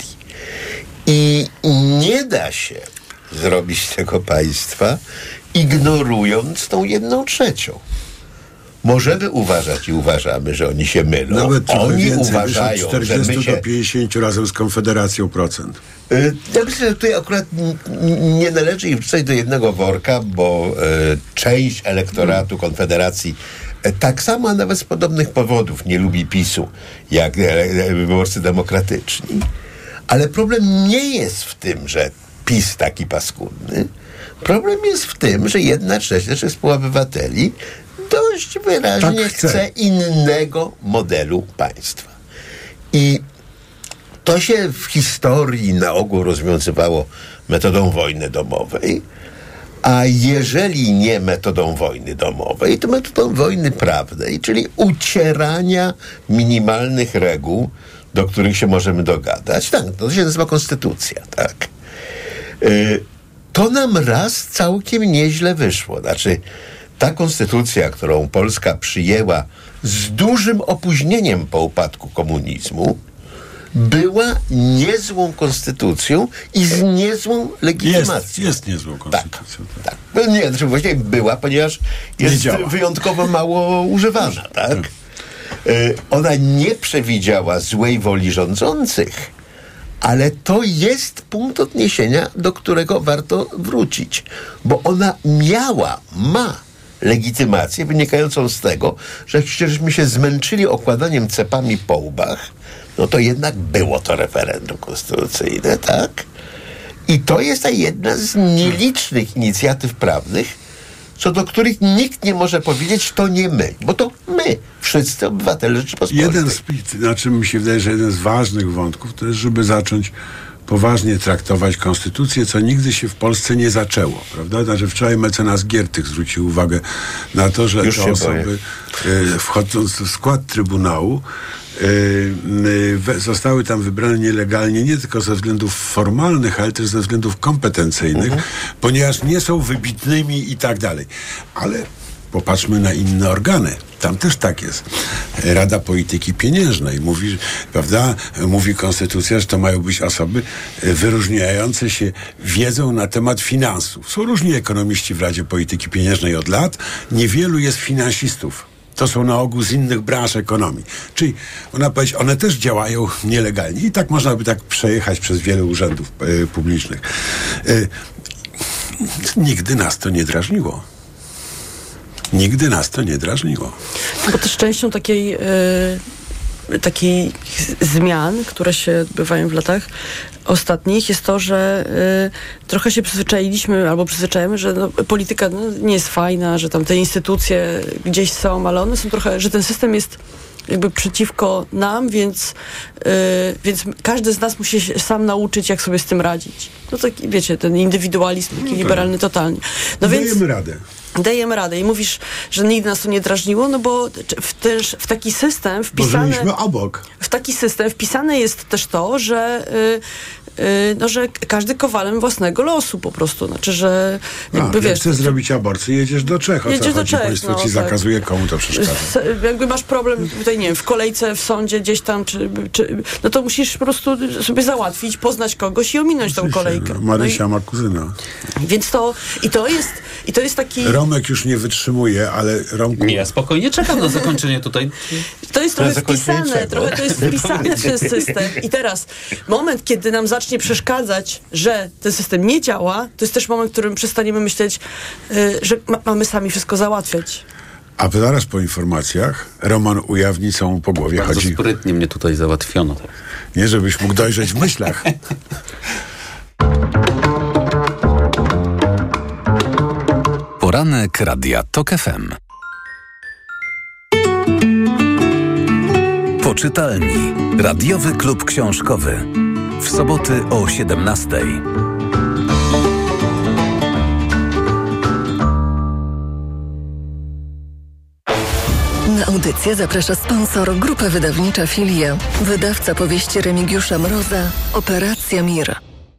I nie da się zrobić tego państwa, ignorując tą jedną trzecią. Możemy uważać i uważamy, że oni się mylą. Nawet trochę oni więcej, uważają, od czterdziestu że my się... do pięćdziesięciu razem z Konfederacją procent. Ja myślę, że tutaj akurat nie należy ich wrzucać do jednego worka, bo e, część elektoratu Konfederacji e, tak samo, a nawet z podobnych powodów nie lubi PiSu, jak e, wyborcy demokratyczni. Ale problem nie jest w tym, że PiS taki paskudny. Problem jest w tym, że jedna trzecia naszych współobywateli dość wyraźnie tak chce. chce innego modelu państwa. I to się w historii na ogół rozwiązywało metodą wojny domowej, a jeżeli nie metodą wojny domowej, to metodą wojny prawnej, czyli ucierania minimalnych reguł, do których się możemy dogadać. Tak, to się nazywa konstytucja, tak. Yy, to nam raz całkiem nieźle wyszło. Znaczy, ta konstytucja, którą Polska przyjęła z dużym opóźnieniem po upadku komunizmu, była niezłą konstytucją i z niezłą legitymacją. Jest, jest niezłą konstytucją. Tak, tak. No nie, znaczy właściwie była, ponieważ jest wyjątkowo mało używana. Tak? tak. Y, ona nie przewidziała złej woli rządzących, ale to jest punkt odniesienia, do którego warto wrócić, bo ona miała, ma legitymację wynikającą z tego, że jak żeśmy się zmęczyli okładaniem cepami po łbach, no to jednak było to referendum konstytucyjne, tak? I to jest ta jedna z nielicznych inicjatyw prawnych, co do których nikt nie może powiedzieć, to nie my, bo to my, wszyscy obywatele Rzeczypospolitej. Jeden z, znaczy mi się wydaje, że jeden z ważnych wątków to jest, żeby zacząć poważnie traktować konstytucję, co nigdy się w Polsce nie zaczęło, prawda? Znaczy wczoraj mecenas Giertych zwrócił uwagę na to, że Już te osoby y, wchodząc w skład Trybunału y, y, zostały tam wybrane nielegalnie, nie tylko ze względów formalnych, ale też ze względów kompetencyjnych, mhm. ponieważ nie są wybitnymi i tak dalej. Ale popatrzmy na inne organy. Tam też tak jest. Rada Polityki Pieniężnej mówi, prawda, mówi konstytucja, że to mają być osoby wyróżniające się wiedzą na temat finansów. Są różni ekonomiści w Radzie Polityki Pieniężnej od lat. Niewielu jest finansistów. To są na ogół z innych branż ekonomii. Czyli ona powiedzieć, one też działają nielegalnie. I tak można by tak przejechać przez wiele urzędów y, publicznych. Y, nigdy nas to nie drażniło. Nigdy nas to nie drażniło. Bo też częścią takiej, y, takiej zmian, które się odbywają w latach ostatnich, jest to, że y, trochę się przyzwyczailiśmy, albo przyzwyczajamy, że no, polityka no, nie jest fajna, że tam te instytucje gdzieś są, ale one są trochę, że ten system jest jakby przeciwko nam, więc, yy, więc każdy z nas musi się sam nauczyć, jak sobie z tym radzić. No to wiecie, ten indywidualizm taki no liberalny totalnie. No dajemy więc, radę. Dajemy radę i mówisz, że nigdy nas to nie drażniło, no bo w, też, w taki system wpisane... Bo obok. W taki system wpisane jest też to, że... Yy, no, że każdy kowalem własnego losu po prostu. Znaczy, że jakby A, wiesz... Jak chcesz to, zrobić aborcję, jedziesz do Czech. O jedziesz co do chodzi? Czech, Państwo no, ci tak. zakazuje, komu to przeszkadza. Jakby masz problem tutaj, nie wiem, w kolejce, w sądzie, gdzieś tam, czy, czy, no to musisz po prostu sobie załatwić, poznać kogoś i ominąć tą kolejkę. No, Marysia no i, ma kuzyna. Więc to, i to jest, i to jest taki... Romek już nie wytrzymuje, ale Romku... Nie, ja spokojnie czekam na zakończenie tutaj. To jest trochę wpisane, trochę to jest wpisane w ten system. I teraz, moment, kiedy nam zacznie przeszkadzać, że ten system nie działa, to jest też moment, w którym przestaniemy myśleć, yy, że ma, mamy sami wszystko załatwiać. A zaraz po informacjach Roman ujawni, co mu po głowie Bardzo chodzi. sprytnie mnie tutaj załatwiono. Tak. Nie, żebyś mógł dojrzeć w myślach. Poranek Radia Tok F M. Poczytalni. Radiowy klub książkowy. W soboty o siedemnastej. Na audycję zaprasza sponsor, grupa wydawnicza Filia, wydawca powieści Remigiusza Mroza, Operacja Mir.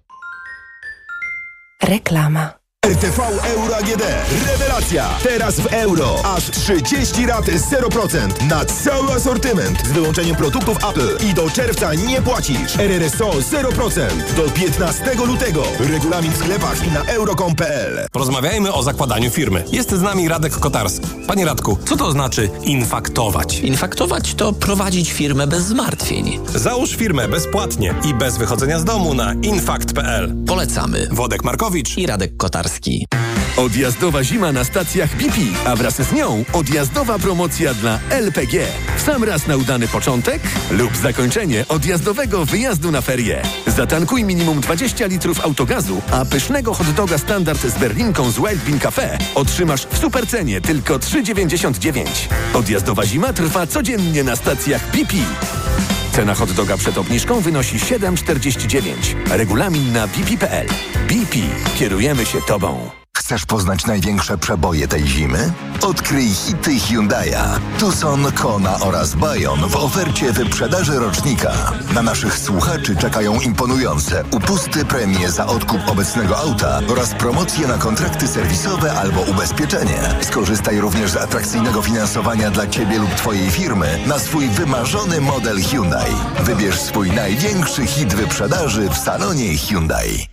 Reklama. R T V Euro A G D. Rewelacja! Teraz w euro. Aż trzydzieści rat zero procent na cały asortyment z wyłączeniem produktów Apple. I do czerwca nie płacisz. R R S O zero procent do piętnastego lutego. Regulamin w sklepach i na euro kropka com kropka p l. Porozmawiajmy o zakładaniu firmy. Jest z nami Radek Kotarski. Panie Radku, co to znaczy infaktować? Infaktować to prowadzić firmę bez zmartwień. Załóż firmę bezpłatnie i bez wychodzenia z domu na infakt kropka p l. Polecamy. Wodek Markowicz i Radek Kotarski. Odjazdowa zima na stacjach B P, a wraz z nią odjazdowa promocja dla L P G. W sam raz na udany początek lub zakończenie odjazdowego wyjazdu na ferie. Zatankuj minimum dwadzieścia litrów autogazu, a pysznego hot doga standard z berlinką z Wild Bean Cafe otrzymasz w supercenie tylko trzy dziewięćdziesiąt dziewięć. Odjazdowa zima trwa codziennie na stacjach B P. Cena hot doga przed obniżką wynosi siedem czterdzieści dziewięć. Regulamin na b p kropka p l. B P. Kierujemy się Tobą. Chcesz Chcesz poznać największe przeboje tej zimy? Odkryj hity Hyundai'a. Tucson, Kona oraz Bayon w ofercie wyprzedaży rocznika. Na naszych słuchaczy czekają imponujące upusty, premie za odkup obecnego auta oraz promocje na kontrakty serwisowe albo ubezpieczenie. Skorzystaj również z atrakcyjnego finansowania dla Ciebie lub Twojej firmy na swój wymarzony model Hyundai. Wybierz swój największy hit wyprzedaży w salonie Hyundai.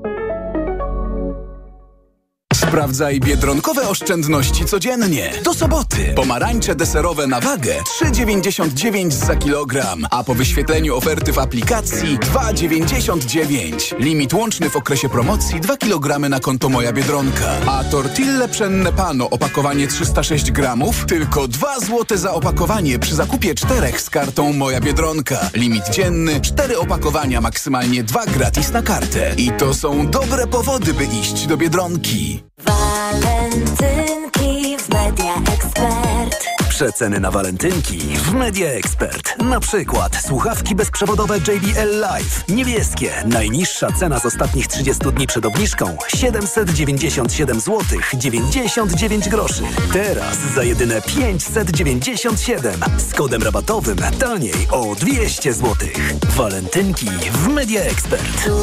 Sprawdzaj biedronkowe oszczędności codziennie. Do soboty. Pomarańcze deserowe na wagę trzy dziewięćdziesiąt dziewięć za kilogram, a po wyświetleniu oferty w aplikacji dwa dziewięćdziesiąt dziewięć. Limit łączny w okresie promocji dwa kilogramy na konto Moja Biedronka. A tortille pszenne Pano opakowanie trzysta sześć gramów tylko dwa złote za opakowanie przy zakupie czterech z kartą Moja Biedronka. Limit dzienny cztery opakowania, maksymalnie dwa gratis na kartę. I to są dobre powody, by iść do Biedronki. Walentynki w Media Expert. Przeceny na walentynki w Media Expert. Na przykład słuchawki bezprzewodowe J B L Live. Niebieskie. Najniższa cena z ostatnich trzydziestu dni przed obniżką siedemset dziewięćdziesiąt siedem złotych dziewięćdziesiąt dziewięć groszy. Teraz za jedyne pięćset dziewięćdziesiąt siedem. Z kodem rabatowym taniej o dwieście złotych. Walentynki w Media Expert. Tu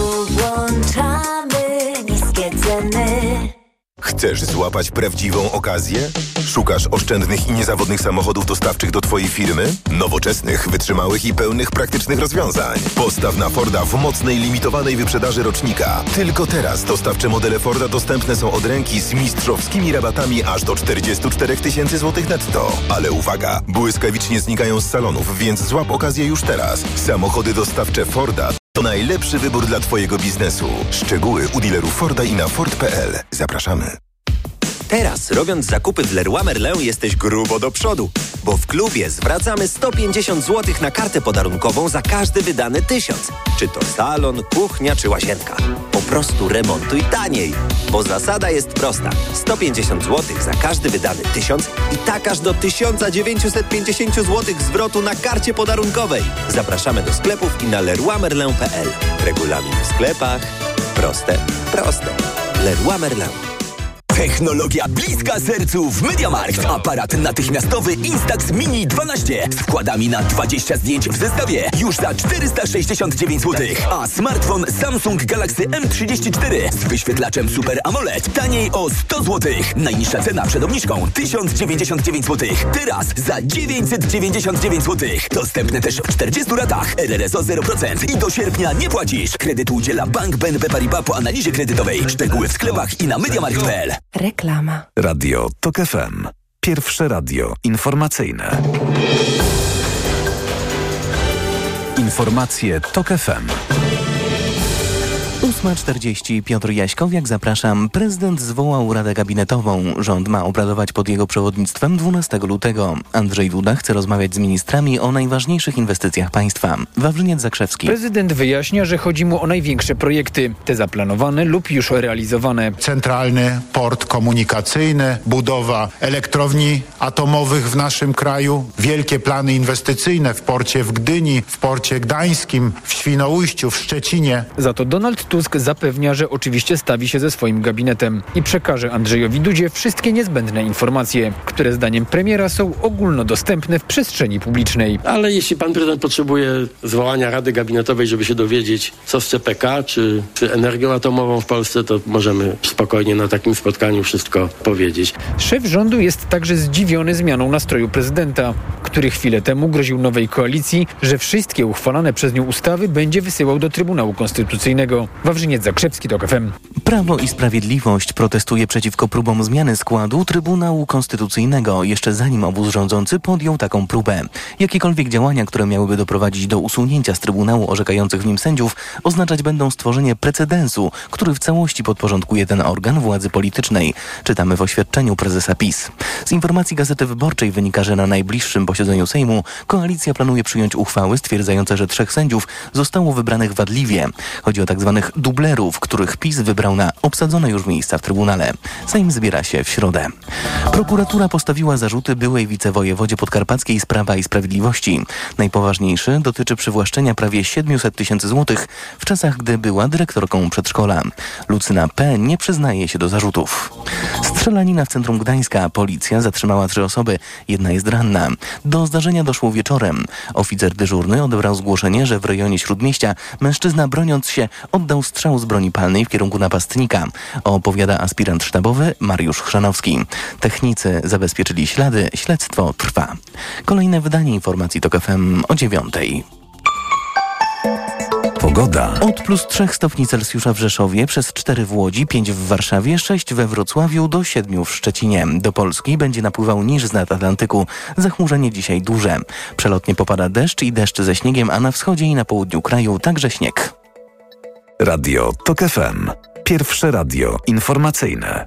włączamy niskie ceny. Chcesz złapać prawdziwą okazję? Szukasz oszczędnych i niezawodnych samochodów dostawczych do Twojej firmy? Nowoczesnych, wytrzymałych i pełnych praktycznych rozwiązań. Postaw na Forda w mocnej, limitowanej wyprzedaży rocznika. Tylko teraz dostawcze modele Forda dostępne są od ręki z mistrzowskimi rabatami aż do czterdzieści cztery tysiące złotych netto. Ale uwaga, błyskawicznie znikają z salonów, więc złap okazję już teraz. Samochody dostawcze Forda to najlepszy wybór dla Twojego biznesu. Szczegóły u dealerów Forda i na Ford kropka p l. Zapraszamy. Teraz, robiąc zakupy w Leroy Merlin, jesteś grubo do przodu, bo w klubie zwracamy sto pięćdziesiąt złotych na kartę podarunkową za każdy wydany tysiąc. Czy to salon, kuchnia czy łazienka. Po prostu remontuj taniej, bo zasada jest prosta. sto pięćdziesiąt złotych za każdy wydany tysiąc i tak aż do tysiąc dziewięćset pięćdziesiąt złotych zwrotu na karcie podarunkowej. Zapraszamy do sklepów i na leroy merlin kropka p l. Regulamin w sklepach. Proste, proste. Leroy Merlin. Technologia bliska sercu w MediaMarkt. Aparat natychmiastowy Instax Mini dwanaście z wkładami na dwadzieścia zdjęć w zestawie już za czterysta sześćdziesiąt dziewięć złotych. A smartfon Samsung Galaxy M trzydzieści cztery z wyświetlaczem Super AMOLED taniej o sto złotych. Najniższa cena przed obniżką tysiąc dziewięćdziesiąt dziewięć złotych. Teraz za dziewięćset dziewięćdziesiąt dziewięć złotych. Dostępny też w czterdziestu ratach. R R S O zero procent i do sierpnia nie płacisz. Kredytu udziela Bank B N P Paribas po analizie kredytowej. Szczegóły w sklepach i na mediamarkt kropka p l. Reklama. Radio TOK F M. Pierwsze radio informacyjne. Informacje TOK F M. ósma czterdzieści. Piotr Jaśkowiak, zapraszam. Prezydent zwołał Radę Gabinetową. Rząd ma obradować pod jego przewodnictwem dwunastego lutego. Andrzej Duda chce rozmawiać z ministrami o najważniejszych inwestycjach państwa. Wawrzyniec Zakrzewski. Prezydent wyjaśnia, że chodzi mu o największe projekty. Te zaplanowane lub już realizowane. Centralny port komunikacyjny, budowa elektrowni atomowych w naszym kraju, wielkie plany inwestycyjne w porcie w Gdyni, w porcie gdańskim, w Świnoujściu, w Szczecinie. Za to Donald Tusk zapewnia, że oczywiście stawi się ze swoim gabinetem i przekaże Andrzejowi Dudzie wszystkie niezbędne informacje, które zdaniem premiera są ogólnodostępne w przestrzeni publicznej. Ale jeśli pan prezydent potrzebuje zwołania Rady Gabinetowej, żeby się dowiedzieć, co z C P K, czy, czy energią atomową w Polsce, to możemy spokojnie na takim spotkaniu wszystko powiedzieć. Szef rządu jest także zdziwiony zmianą nastroju prezydenta, który chwilę temu groził nowej koalicji, że wszystkie uchwalane przez nią ustawy będzie wysyłał do Trybunału Konstytucyjnego. Wawrzyniec Zakrzewski, TOK F M. Prawo i Sprawiedliwość protestuje przeciwko próbom zmiany składu Trybunału Konstytucyjnego, jeszcze zanim obóz rządzący podjął taką próbę. Jakiekolwiek działania, które miałyby doprowadzić do usunięcia z Trybunału orzekających w nim sędziów, oznaczać będą stworzenie precedensu, który w całości podporządkuje ten organ władzy politycznej. Czytamy w oświadczeniu prezesa PiS. Z informacji Gazety Wyborczej wynika, że na najbliższym posiedzeniu Sejmu koalicja planuje przyjąć uchwały stwierdzające, że trzech sędziów zostało wybranych wadliwie. Chodzi o tzw. dublerów, których PiS wybrał na obsadzone już miejsca w Trybunale. Sejm zbiera się w środę. Prokuratura postawiła zarzuty byłej wicewojewodzie podkarpackiej z Prawa i Sprawiedliwości. Najpoważniejszy dotyczy przywłaszczenia prawie siedemset tysięcy złotych w czasach, gdy była dyrektorką przedszkola. Lucyna P. nie przyznaje się do zarzutów. Strzelanina w centrum Gdańska. Policja zatrzymała trzy osoby. Jedna jest ranna. Do zdarzenia doszło wieczorem. Oficer dyżurny odebrał zgłoszenie, że w rejonie Śródmieścia mężczyzna, broniąc się, oddał strzał z broni palnej w kierunku napastnika. Opowiada aspirant sztabowy Mariusz Chrzanowski. Technicy zabezpieczyli ślady. Śledztwo trwa. Kolejne wydanie informacji TOK F M o dziewiątej. Pogoda. Od plus trzech stopni Celsjusza w Rzeszowie, przez cztery w Łodzi, pięć w Warszawie, sześć we Wrocławiu, do siedmiu w Szczecinie. Do Polski będzie napływał niż z nad Atlantyku. Zachmurzenie dzisiaj duże. Przelotnie popada deszcz i deszcz ze śniegiem, a na wschodzie i na południu kraju także śnieg. Radio TOK F M. Pierwsze radio informacyjne.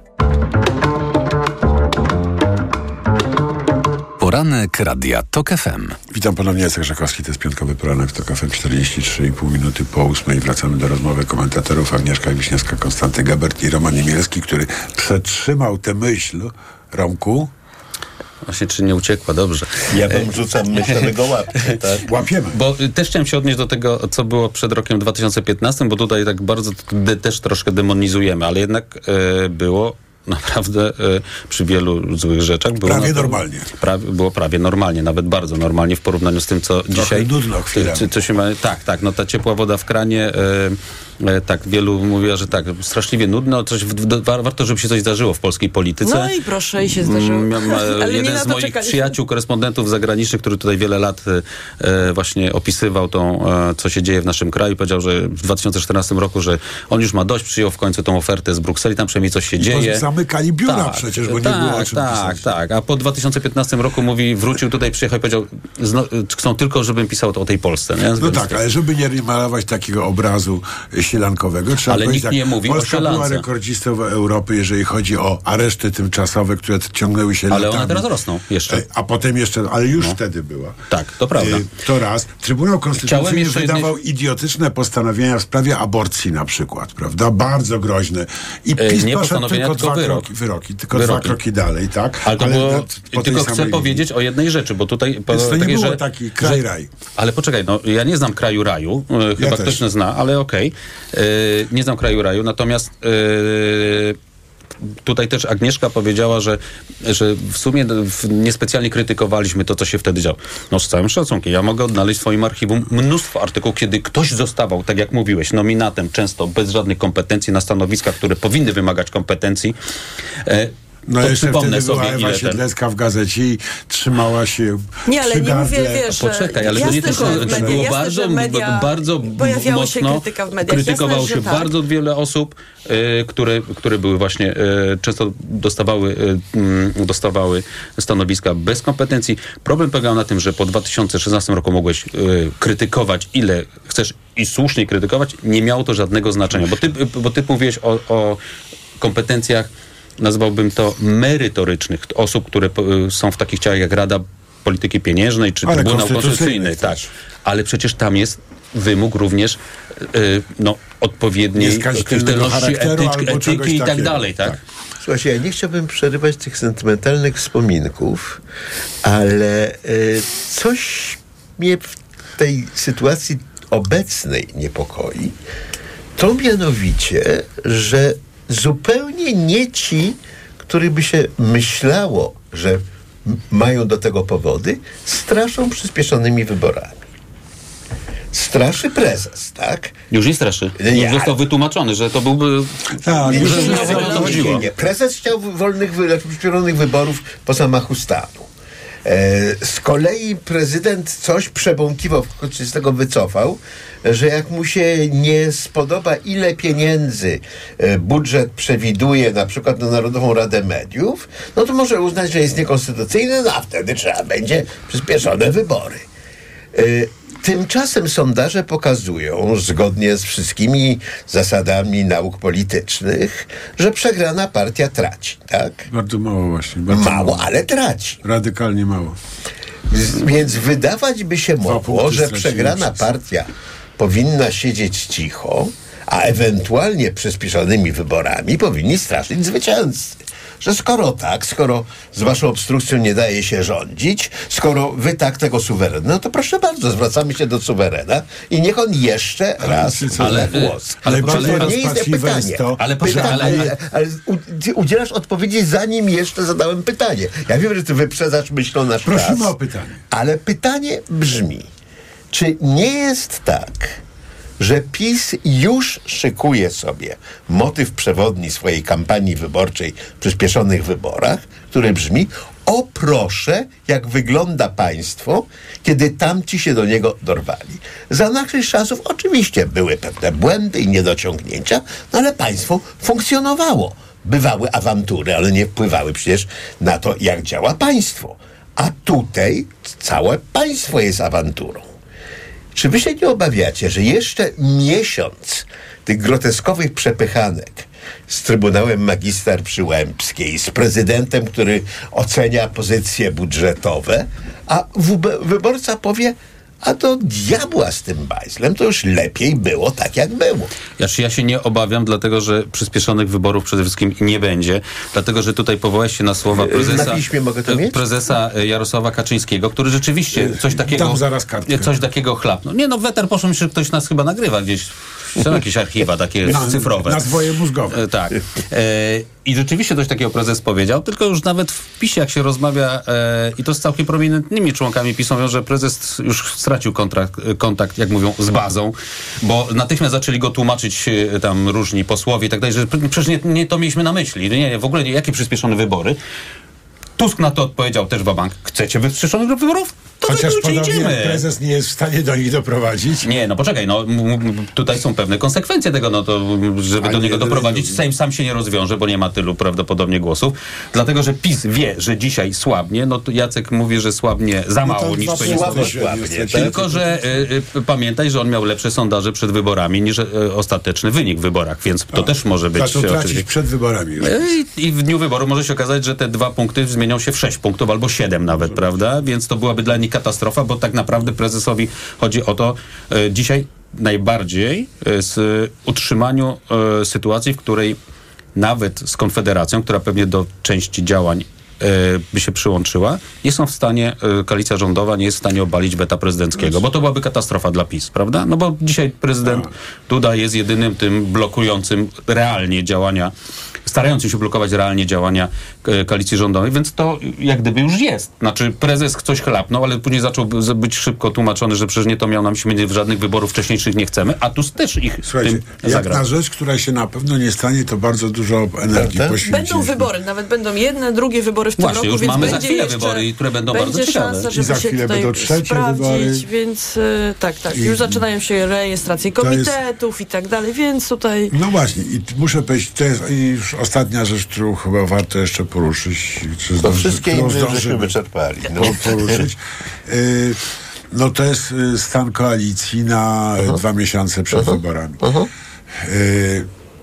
Poranek Radia TOK F M. Witam ponownie, Jacek Żakowski, to jest piątkowy poranek TOK F M, czterdzieści trzy i pół minuty po ósmej. Wracamy do rozmowy komentatorów Agnieszka Wiśniewska, Konstanty Gebert i Roman Niemielski, który przetrzymał tę myśl. Romku? Właśnie, czy nie uciekła, dobrze. Ja wam rzucam myślowego łapkę, tak? Łapiemy. Bo też chciałem się odnieść do tego, co było przed rokiem dwa tysiące piętnastym, bo tutaj tak bardzo de, też troszkę demonizujemy, ale jednak e, było naprawdę e, przy wielu złych rzeczach. Było prawie na, normalnie. Pra, było prawie normalnie, nawet bardzo normalnie w porównaniu z tym, co Trochę dzisiaj... nudno chwilami. Co, co się ma, tak, tak, no ta ciepła woda w kranie... E, Tak, wielu mówiło, że tak, straszliwie nudno, coś w, w, warto, żeby się coś zdarzyło w polskiej polityce. No i proszę, i się zdarzyło. Mm, Ale jeden z moich czekaliśmy. przyjaciół, korespondentów zagranicznych, który tutaj wiele lat e, właśnie opisywał tą, e, co się dzieje w naszym kraju, powiedział, że w dwa tysiące czternastym roku, że on już ma dość, przyjął w końcu tą ofertę z Brukseli, tam przynajmniej coś się I dzieje. zamykali biura tak, przecież, bo tak, nie było o czym Tak, pisać. tak, a po dwa tysiące piętnastym roku mówi, wrócił tutaj, przyjechał i powiedział, zno, chcą tylko, żebym pisał to o tej Polsce. Nie? No Więc tak, ale żeby nie malować takiego obrazu sielankowego, trzeba Ale powiedzieć nikt tak, nie mówi Polska o była sielance. rekordzistą Europy, jeżeli chodzi o areszty tymczasowe, które ciągnęły się Ale latami. one teraz rosną jeszcze. A potem jeszcze, ale już No. wtedy była. Tak, to prawda. To raz. Trybunał Konstytucyjny jeszcze wydawał jednej- idiotyczne postanowienia w sprawie aborcji na przykład, prawda? Bardzo groźne. I E, PiS nie poszedł postanowienia, tylko tylko dwa wyrok. kroki, wyroki, tylko Wyroki. dwa kroki dalej, tak? Ale to było, na- po tej tylko chcę samej powiedzieć o jednej rzeczy, bo tutaj... Po, Więc to nie takiej, było że, taki kraj że, raj. Ale poczekaj, no ja nie znam kraju raju, e, chyba też. ktoś nie zna, ale okej. E, nie znam kraju raju, natomiast e, tutaj też Agnieszka powiedziała, że, że w sumie w, niespecjalnie krytykowaliśmy to, co się wtedy działo. No z całym szacunkiem. Ja mogę odnaleźć w swoim archiwum mnóstwo artykułów, kiedy ktoś zostawał, tak jak mówiłeś, nominatem, często bez żadnych kompetencji na stanowiskach, które powinny wymagać kompetencji. E, No to jeszcze przypomnę wtedy była sobie, Ewa ile ten... Siedlecka w gazecie i trzymała się Nie, ale przy nie gardle. mówię, wiesz, Poczekaj, ale to jasne, nie tylko, że w to media- było jasne, bardzo, że media bardzo pojawiała się mocno, krytyka w mediach. krytykowało Jasne, się że tak. bardzo wiele osób, y, które, które były właśnie, y, często dostawały, y, mm, dostawały stanowiska bez kompetencji. Problem polegał na tym, że po dwa tysiące szesnastym roku mogłeś y, krytykować ile chcesz i słusznie krytykować, nie miało to żadnego znaczenia, bo ty, bo ty mówiłeś o, o kompetencjach, nazwałbym to merytorycznych osób, które y, są w takich ciałach jak Rada Polityki Pieniężnej czy Ale Trybunał konstytucyjny Konstytucyjny. Tak. Ale przecież tam jest wymóg również y, no, odpowiedniej Nieskazitelnego charakteru etycz, albo czegoś etyki i tak takiego. dalej. Tak? Tak. Słuchajcie, ja nie chciałbym przerywać tych sentymentalnych wspominków, ale y, coś mnie w tej sytuacji obecnej niepokoi, to mianowicie, że zupełnie nie ci, których by się myślało, że m- mają do tego powody, straszą przyspieszonymi wyborami. Straszy prezes, tak? Już nie straszy. Nie. Już został wytłumaczony, że to byłby... Tak, Nie, że, nie, nie, że, że o to nie, chodziło. nie, nie. Prezes chciał wolnych, wy- przyspieszonych wyborów po zamachu stanu. E, z kolei prezydent coś przebąkiwał, choć się z tego wycofał, że jak mu się nie spodoba, ile pieniędzy e, budżet przewiduje na przykład na Narodową Radę Mediów, no to może uznać, że jest niekonstytucyjny, no a wtedy trzeba będzie przyspieszone wybory. E, Tymczasem sondaże pokazują, zgodnie z wszystkimi zasadami nauk politycznych, że przegrana partia traci, tak? Bardzo mało właśnie. Bardzo Mało, ale traci. Radykalnie mało. Z, więc wydawać by się mogło, punkty że stracili przegrana wszyscy. partia powinna siedzieć cicho, a ewentualnie przyspieszonymi wyborami powinni straszyć zwycięzcy. Że skoro tak, skoro z waszą obstrukcją nie daje się rządzić, skoro wy tak tego suwerena, no to proszę bardzo, zwracamy się do suwerena i niech on jeszcze ale raz ale, głos. Ale, ale, ale to nie jest pytanie. To, ale, pytanie ale, ale, ale, ale u, ty udzielasz odpowiedzi, zanim jeszcze zadałem pytanie. Ja wiem, że ty wyprzedzasz myślą nasz czas. Prosimy o pytanie. Ale pytanie brzmi, czy nie jest tak, że PiS już szykuje sobie motyw przewodni swojej kampanii wyborczej w przyspieszonych wyborach, który brzmi: o proszę, jak wygląda państwo, kiedy tamci się do niego dorwali. Za naszych czasów oczywiście były pewne błędy i niedociągnięcia, no ale państwo funkcjonowało. Bywały awantury, ale nie wpływały przecież na to, jak działa państwo. A tutaj całe państwo jest awanturą. Czy wy się nie obawiacie, że jeszcze miesiąc tych groteskowych przepychanek z Trybunałem Magister Przyłębskiej, z prezydentem, który ocenia pozycje budżetowe, a w- wyborca powie: a do diabła z tym bajzlem, to już lepiej było tak, jak było. Ja, ja się nie obawiam, dlatego że przyspieszonych wyborów przede wszystkim nie będzie, dlatego że tutaj powołałeś się na słowa prezesa, na piśmie mogę to mieć? prezesa Jarosława Kaczyńskiego, który rzeczywiście coś takiego, Dam zaraz kartkę. coś takiego chlapnął. Nie no, weter poszło mi się, że ktoś nas chyba nagrywa gdzieś. Są jakieś archiwa takie na, cyfrowe. Na dwoje mózgowe. E, tak. E, I rzeczywiście coś takiego prezes powiedział, tylko już nawet w PiSie, jak się rozmawia e, i to z całkiem prominentnymi członkami PiS, mówią, że prezes już stracił kontrakt, kontakt, jak mówią, z bazą, bo natychmiast zaczęli go tłumaczyć e, tam różni posłowie i tak dalej, że przecież nie, nie to mieliśmy na myśli. Nie, nie, w ogóle nie, jakie przyspieszone wybory. Tusk na to odpowiedział też wabank: chcecie przyspieszonych wyborów? To Chociaż podobnie podobnie prezes nie jest w stanie do nich doprowadzić. Nie, no poczekaj, no m- m- tutaj są pewne konsekwencje tego, no to żeby A do nie, niego to doprowadzić, jest- Sejm sam się nie rozwiąże, bo nie ma tylu prawdopodobnie głosów, dlatego, że PiS wie, że dzisiaj słabnie, no to Jacek mówi, że słabnie za mało niż powinien słabo być. słabnie, tak? Tylko, że y, y, pamiętaj, że on miał lepsze sondaże przed wyborami niż y, ostateczny wynik w wyborach, więc to też może być... Zaczął tracić oczywiście- przed wyborami już. I, I w dniu wyboru może się okazać, że te dwa punkty zmienią się w sześć punktów albo siedem nawet, prawda? Więc to byłaby dla nich katastrofa, bo tak naprawdę prezesowi chodzi o to e, dzisiaj najbardziej e, z utrzymaniu e, sytuacji, w której nawet z Konfederacją, która pewnie do części działań e, by się przyłączyła, nie są w stanie, e, koalicja rządowa nie jest w stanie obalić weta prezydenckiego, bo to byłaby katastrofa dla PiS, prawda? No bo dzisiaj prezydent Duda jest jedynym tym blokującym realnie działania, starającym się blokować realnie działania e, koalicji rządowej, więc to jak gdyby już jest. Znaczy prezes coś chlapnął, ale później zaczął b- być szybko tłumaczony, że przecież nie to miał nam się mieć, w żadnych wyborów wcześniejszych nie chcemy, a tu też ich Słuchajcie, tym jak zagrał. na rzecz, która się na pewno nie stanie, to bardzo dużo energii poświęcić. Będą wybory, nawet będą jedne, drugie wybory w tym Właśnie, roku, już więc mamy za będzie chwilę jeszcze, wybory, które będą będzie bardzo ciekawe. szansa, I żeby za się chwilę tutaj będą trzecie sprawdzić, wybory. więc y, tak, tak, I- już zaczynają się rejestracje To jest- komitetów i tak dalej, więc tutaj... No właśnie, i t- muszę powiedzieć, to jest i już ostatnia rzecz, którą chyba warto jeszcze poruszyć. Czy To zdąży- wszystkie którą inne żeśmy zdążymy wyczerpali. No. po- poruszyć. Y, no to jest y, stan koalicji na y, dwa miesiące przed wyborami. Y,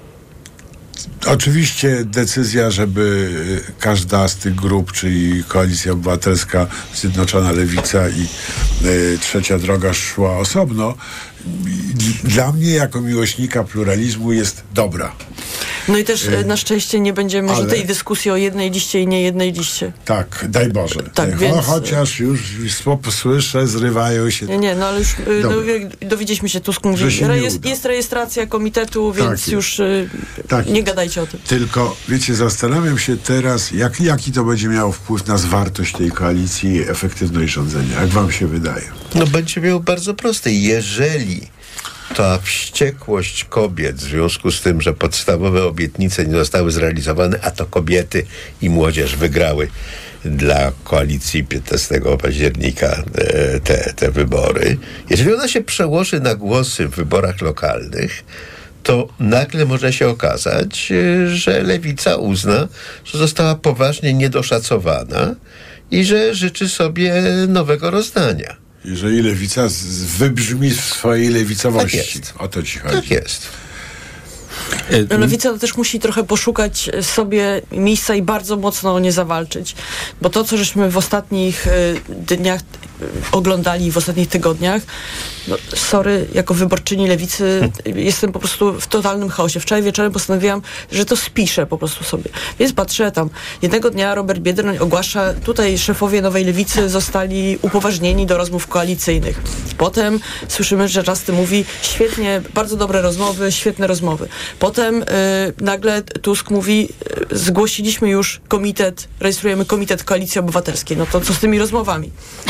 Oczywiście decyzja, żeby y, każda z tych grup, czyli Koalicja Obywatelska, Zjednoczona Lewica i y, Trzecia Droga szła osobno, y, dla mnie jako miłośnika pluralizmu jest dobra. No i też y, na szczęście nie będzie może ale- tej dyskusji o jednej liście i nie jednej liście. Tak, daj Boże. Tak, Cho- więc- Chociaż już słabo słyszę, zrywają się. Nie, nie, no ale już y, Dobra. no, dowiedzieliśmy się, Tusk mówi, Że się nie rejes- uda. jest rejestracja komitetu, więc jest. już y, Tak nie jest. gadajcie o tym. Tylko, wiecie, zastanawiam się teraz, jak, jaki to będzie miało wpływ na zwartość tej koalicji i efektywność rządzenia. Jak wam się wydaje? No będzie miał bardzo prosty. Jeżeli ta wściekłość kobiet w związku z tym, że podstawowe obietnice nie zostały zrealizowane, a to kobiety i młodzież wygrały dla koalicji piętnastego października e, te, te wybory, jeżeli ona się przełoży na głosy w wyborach lokalnych, to nagle może się okazać, e, że Lewica uzna, że została poważnie niedoszacowana i że życzy sobie nowego rozdania. Jeżeli lewica z- wybrzmi w swojej lewicowości. Tak jest. O to ci chodzi. Tak jest. Lewica to też musi trochę poszukać sobie miejsca i bardzo mocno nie zawalczyć. Bo to, co żeśmy w ostatnich dniach oglądali, w ostatnich tygodniach, no, sorry, jako wyborczyni Lewicy jestem po prostu w totalnym chaosie. Wczoraj wieczorem postanowiłam, że to spiszę po prostu sobie. Więc patrzę tam. Jednego dnia Robert Biedroń ogłasza, tutaj szefowie Nowej Lewicy zostali upoważnieni do rozmów koalicyjnych. Potem słyszymy, że Czasty mówi, świetnie, bardzo dobre rozmowy, świetne rozmowy. Potem y, nagle Tusk mówi, y, zgłosiliśmy już komitet, rejestrujemy komitet Koalicji Obywatelskiej. No to co z tymi rozmowami?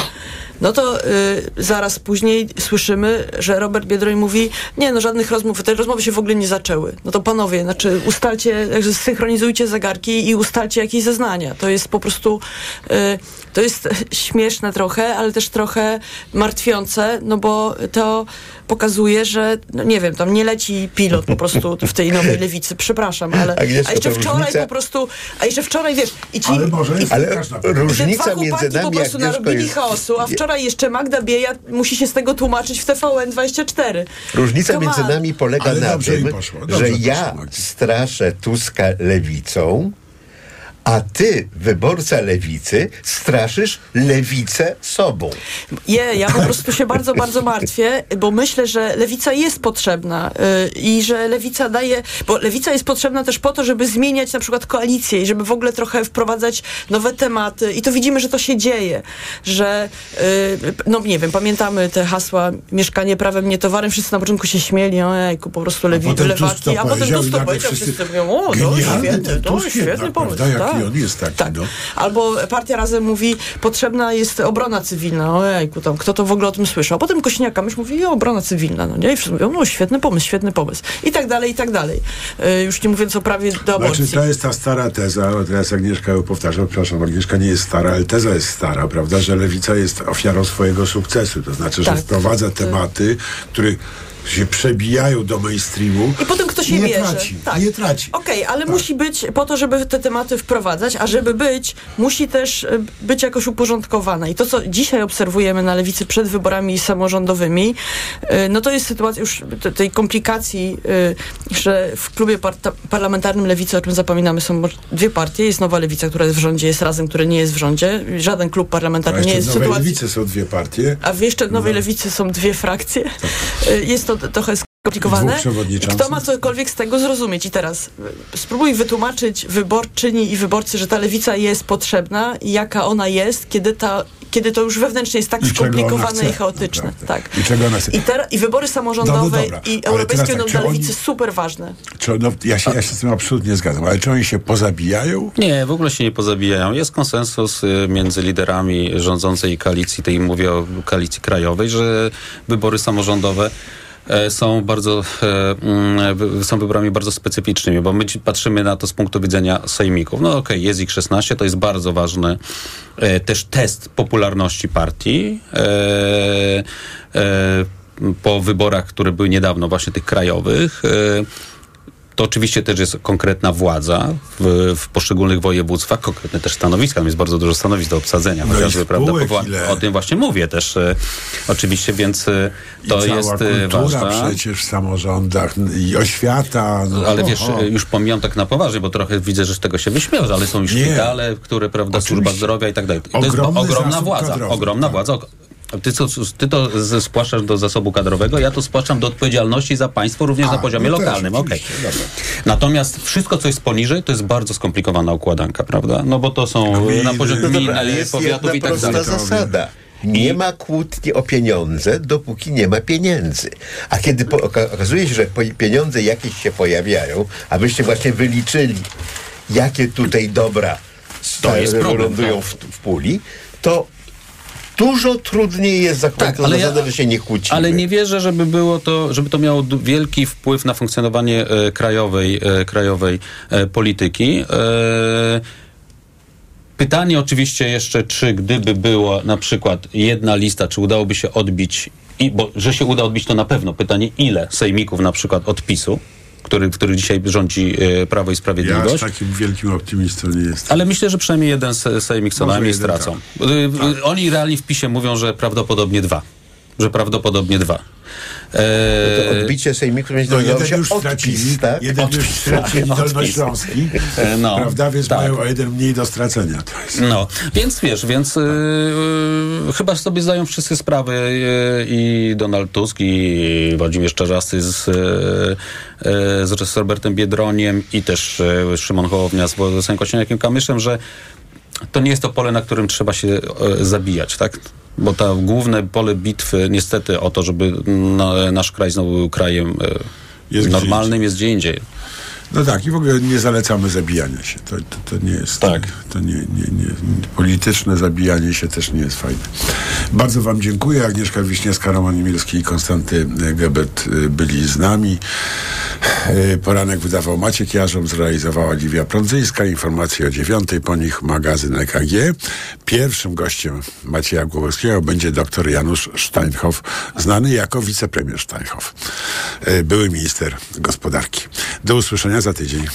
No to y, zaraz później słyszymy, że Robert Biedroń mówi, nie no, żadnych rozmów, te rozmowy się w ogóle nie zaczęły. No to panowie, znaczy ustalcie, zsynchronizujcie zegarki i ustalcie jakieś zeznania. To jest po prostu, y, to jest śmieszne trochę, ale też trochę martwiące, no bo to pokazuje, że, no nie wiem, tam nie leci pilot po prostu w tej Nowej Lewicy, przepraszam, ale Agnieszka, a jeszcze wczoraj różnica... po prostu, a jeszcze wczoraj, wiesz, i ci, ale może jest ale różnica te dwa między nami po prostu narobili jest... chaosu, a wczoraj jeszcze Magda Biejat musi się z tego tłumaczyć w T V N dwadzieścia cztery. Różnica Come między on. nami polega ale na tym, poszło, dobrze że poszło, ja Magda. straszę Tuska lewicą, a ty, wyborca lewicy, straszysz lewicę sobą. Nie, ja po prostu się bardzo, bardzo martwię, bo myślę, że lewica jest potrzebna yy, i że lewica daje, bo lewica jest potrzebna też po to, żeby zmieniać na przykład koalicję i żeby w ogóle trochę wprowadzać nowe tematy i to widzimy, że to się dzieje, że yy, no nie wiem, pamiętamy te hasła mieszkanie prawem, nie towarem, wszyscy na początku się śmieli, ojejku, po prostu lewi, lewaki, a potem Tusk to powiedział, wszyscy mówią, o, to świetny, to świetny pomysł. Tak. I on jest taki, tak. no. Albo partia Razem mówi, potrzebna jest obrona cywilna. Ojejku, tam, kto to w ogóle o tym słyszał? A potem Kośniak-Kamysz mówi, o, obrona cywilna. No nie? I wszyscy mówią, no świetny pomysł, świetny pomysł. I tak dalej, i tak dalej. Yy, już nie mówiąc o prawie do aborcji. Znaczy, to jest ta stara teza, teraz Agnieszka ją powtarza, przepraszam, Agnieszka nie jest stara, ale teza jest stara, prawda, że lewica jest ofiarą swojego sukcesu. To znaczy, że tak. wprowadza tematy, które się przebijają do mainstreamu. I potem ktoś je nie bierze. Traci, tak. Nie traci. Okej, okay, ale tak. musi być po to, żeby te tematy wprowadzać, a żeby być, musi też być jakoś uporządkowane. I to, co dzisiaj obserwujemy na lewicy przed wyborami samorządowymi, no to jest sytuacja już tej komplikacji, że w klubie par- parlamentarnym Lewicy, o czym zapominamy, są dwie partie. Jest Nowa Lewica, która jest w rządzie, jest Razem, który nie jest w rządzie. Żaden klub parlamentarny nie jest w sytuacji... w Nowej Lewicy są dwie partie. A w jeszcze w Nowej no. Lewicy są dwie frakcje. Tak. Jest to trochę skomplikowane. Kto ma cokolwiek z tego zrozumieć? I teraz spróbuj wytłumaczyć wyborczyni i wyborcy, że ta lewica jest potrzebna i jaka ona jest, kiedy ta kiedy to już wewnętrznie jest tak I skomplikowane i chaotyczne. Tak. I czego ona chce? I, ter- I wybory samorządowe no, no i europejskie tak, będą dla oni... lewicy super ważne. Czy, no, ja, się, ja się z tym absolutnie zgadzam, ale czy oni się pozabijają? Nie, w ogóle się nie pozabijają. Jest konsensus y, między liderami rządzącej koalicji, tej mówię o koalicji krajowej, że wybory samorządowe są bardzo są wyborami bardzo specyficznymi, bo my patrzymy na to z punktu widzenia sejmików. No okej, okay, jest ich szesnaście, to jest bardzo ważny e, też test popularności partii e, e, po wyborach, które były niedawno właśnie tych krajowych. E, To oczywiście też jest konkretna władza w, w poszczególnych województwach, konkretne też stanowiska. Tam jest bardzo dużo stanowisk do obsadzenia. No chociażby, prawda, powoła- o tym właśnie mówię też e, oczywiście, więc e, to I cała jest kultura ważne. przecież w samorządach i oświata. No, ale o, wiesz, o. już pomijam tak na poważnie, bo trochę widzę, że z tego się wyśmiewasz, ale są już Nie. szpitale, które, prawda, Oczywiście. służba zdrowia i tak dalej. To jest Ogromny ogromna zasób władza. kadrowy, Ogromna tak. władza. Ty, co, ty to z- spłaszczasz do zasobu kadrowego, ja to spłaszczam do odpowiedzialności za państwo również A, na poziomie no też, lokalnym. Okej. oczywiście, dobra. Natomiast wszystko, co jest poniżej, to jest bardzo skomplikowana układanka, prawda? No bo to są Gminy. na poziomie No gmin, Dobra, ale jest powiatów jedna i tak prosta dalej. zasada. Nie ma kłótni o pieniądze, dopóki nie ma pieniędzy. A kiedy po, oka- okazuje się, że po, pieniądze jakieś się pojawiają, a wyście właśnie wyliczyli, jakie tutaj dobra To jest problem, lądują tak. w, w puli, to dużo trudniej jest zachować ale ja- zasadę, że się nie kłócimy. Ale nie wierzę, żeby było to, żeby to miało d- wielki wpływ na funkcjonowanie e, krajowej, e, krajowej e, polityki. E, pytanie oczywiście jeszcze, czy gdyby była na przykład jedna lista, czy udałoby się odbić, i, bo że się uda odbić, to na pewno. Pytanie, ile sejmików na przykład od PiSu, który, który dzisiaj rządzi e, Prawo i Ja Sprawiedliwość. aż takim wielkim optymistą nie jestem. Ale myślę, że przynajmniej jeden se- sejmik co Może najmniej jeden, stracą. Y, y, Oni realnie w PiSie mówią, że prawdopodobnie dwa. Że prawdopodobnie dwa. E, to odbicie sejmiku będzie no, nazywało się już odpis, stracili, tak? jeden Odpis, już stracili tak, Dolnośląski, E, no, prawda? Więc tak. mają o jeden mniej do stracenia. To jest. No, więc wiesz, więc yy, chyba sobie zdają wszyscy sprawę yy, i Donald Tusk, i Włodzimierz Czarzasty z, yy, z, z Robertem Biedroniem, i też yy, Szymon Hołownia z Władysławem Kosiniakiem-Kamyszem, że to nie jest to pole, na którym trzeba się yy, zabijać, tak? Bo to główne pole bitwy niestety o to, żeby na, nasz kraj znowu był krajem yy, Jest normalnym, jest gdzie indziej. No tak, i w ogóle nie zalecamy zabijania się. To, to, to nie jest... Tak. To nie, nie, nie, polityczne zabijanie się też nie jest fajne. Bardzo wam dziękuję. Agnieszka Wiśniewska, Roman Imielski i Konstanty Gebet byli z nami. Poranek wydawał Maciek Jarząb, zrealizowała Liwia Prądzyńska. Informacje o dziewiątej, po nich magazyn E K G. Pierwszym gościem Macieja Głogowskiego będzie dr Janusz Steinhoff, znany jako wicepremier Steinhoff. Były minister gospodarki. Do usłyszenia za tydzień.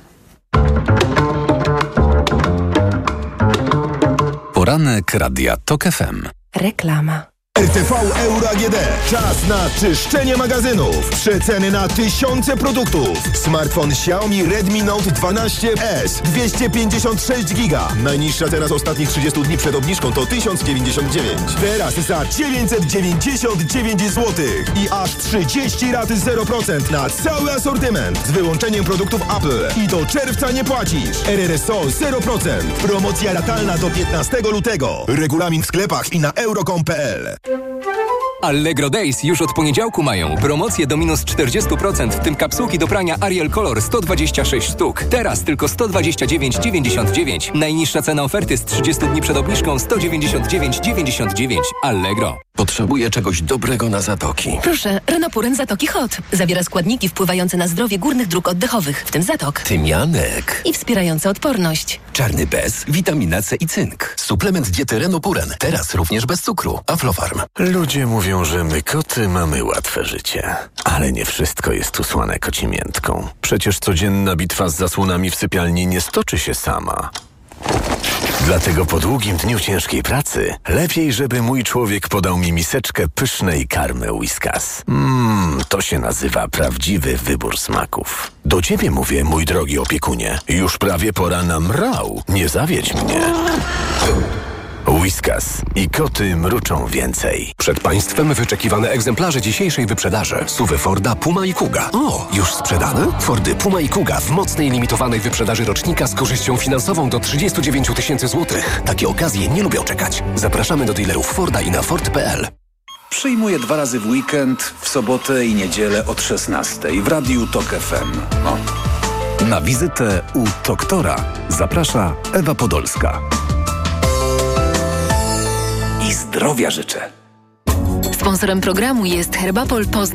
Poranek Radia Tok F M. Reklama. R T V Euro A G D. Czas na czyszczenie magazynów. Przeceny na tysiące produktów. Smartfon Xiaomi Redmi Note dwanaście S. dwieście pięćdziesiąt sześć giga. Najniższa cena z ostatnich trzydziestu dni przed obniżką to tysiąc dziewięćdziesiąt dziewięć. Teraz za dziewięćset dziewięćdziesiąt dziewięć złotych. I aż trzydzieści rat zero procent na cały asortyment. Z wyłączeniem produktów Apple. I do czerwca nie płacisz. R R S O zero procent. Promocja ratalna do piętnastego lutego. Regulamin w sklepach i na euro kropka com kropka p l. Allegro Days już od poniedziałku mają promocje do minus czterdzieści procent, w tym kapsułki do prania Ariel Color sto dwadzieścia sześć sztuk. Teraz tylko sto dwadzieścia dziewięć dziewięćdziesiąt dziewięć. Najniższa cena oferty z trzydziestu dni przed obniżką sto dziewięćdziesiąt dziewięć dziewięćdziesiąt dziewięć. Allegro. Potrzebuję czegoś dobrego na zatoki. Proszę, Renopuren Zatoki Hot. Zawiera składniki wpływające na zdrowie górnych dróg oddechowych, w tym zatok. Tymianek. I wspierające odporność. Czarny bez, witamina C i cynk. Suplement diety Renopuren. Teraz również bez cukru. Aflofarm. Ludzie mówią, że my koty mamy łatwe życie. Ale nie wszystko jest usłane kocimiętką. Przecież codzienna bitwa z zasłonami w sypialni nie stoczy się sama. Dlatego po długim dniu ciężkiej pracy lepiej, żeby mój człowiek podał mi miseczkę pysznej karmy Whiskas. Mmm, to się nazywa prawdziwy wybór smaków. Do ciebie mówię, mój drogi opiekunie. Już prawie pora na mrał. Nie zawiedź mnie. Whiskas. I koty mruczą więcej. Przed Państwem wyczekiwane egzemplarze dzisiejszej wyprzedaży. Suwy Forda, Puma i Kuga. O, już sprzedane? Fordy Puma i Kuga w mocnej limitowanej wyprzedaży rocznika z korzyścią finansową do trzydziestu dziewięciu tysięcy złotych. Takie okazje nie lubią czekać. Zapraszamy do dealerów Forda i na ford kropka p l. Przyjmuję dwa razy w weekend, w sobotę i niedzielę od szesnastej w Radiu Tok F M. O. Na wizytę u doktora zaprasza Ewa Podolska. I zdrowia życzę. Sponsorem programu jest Herbapol Poznań.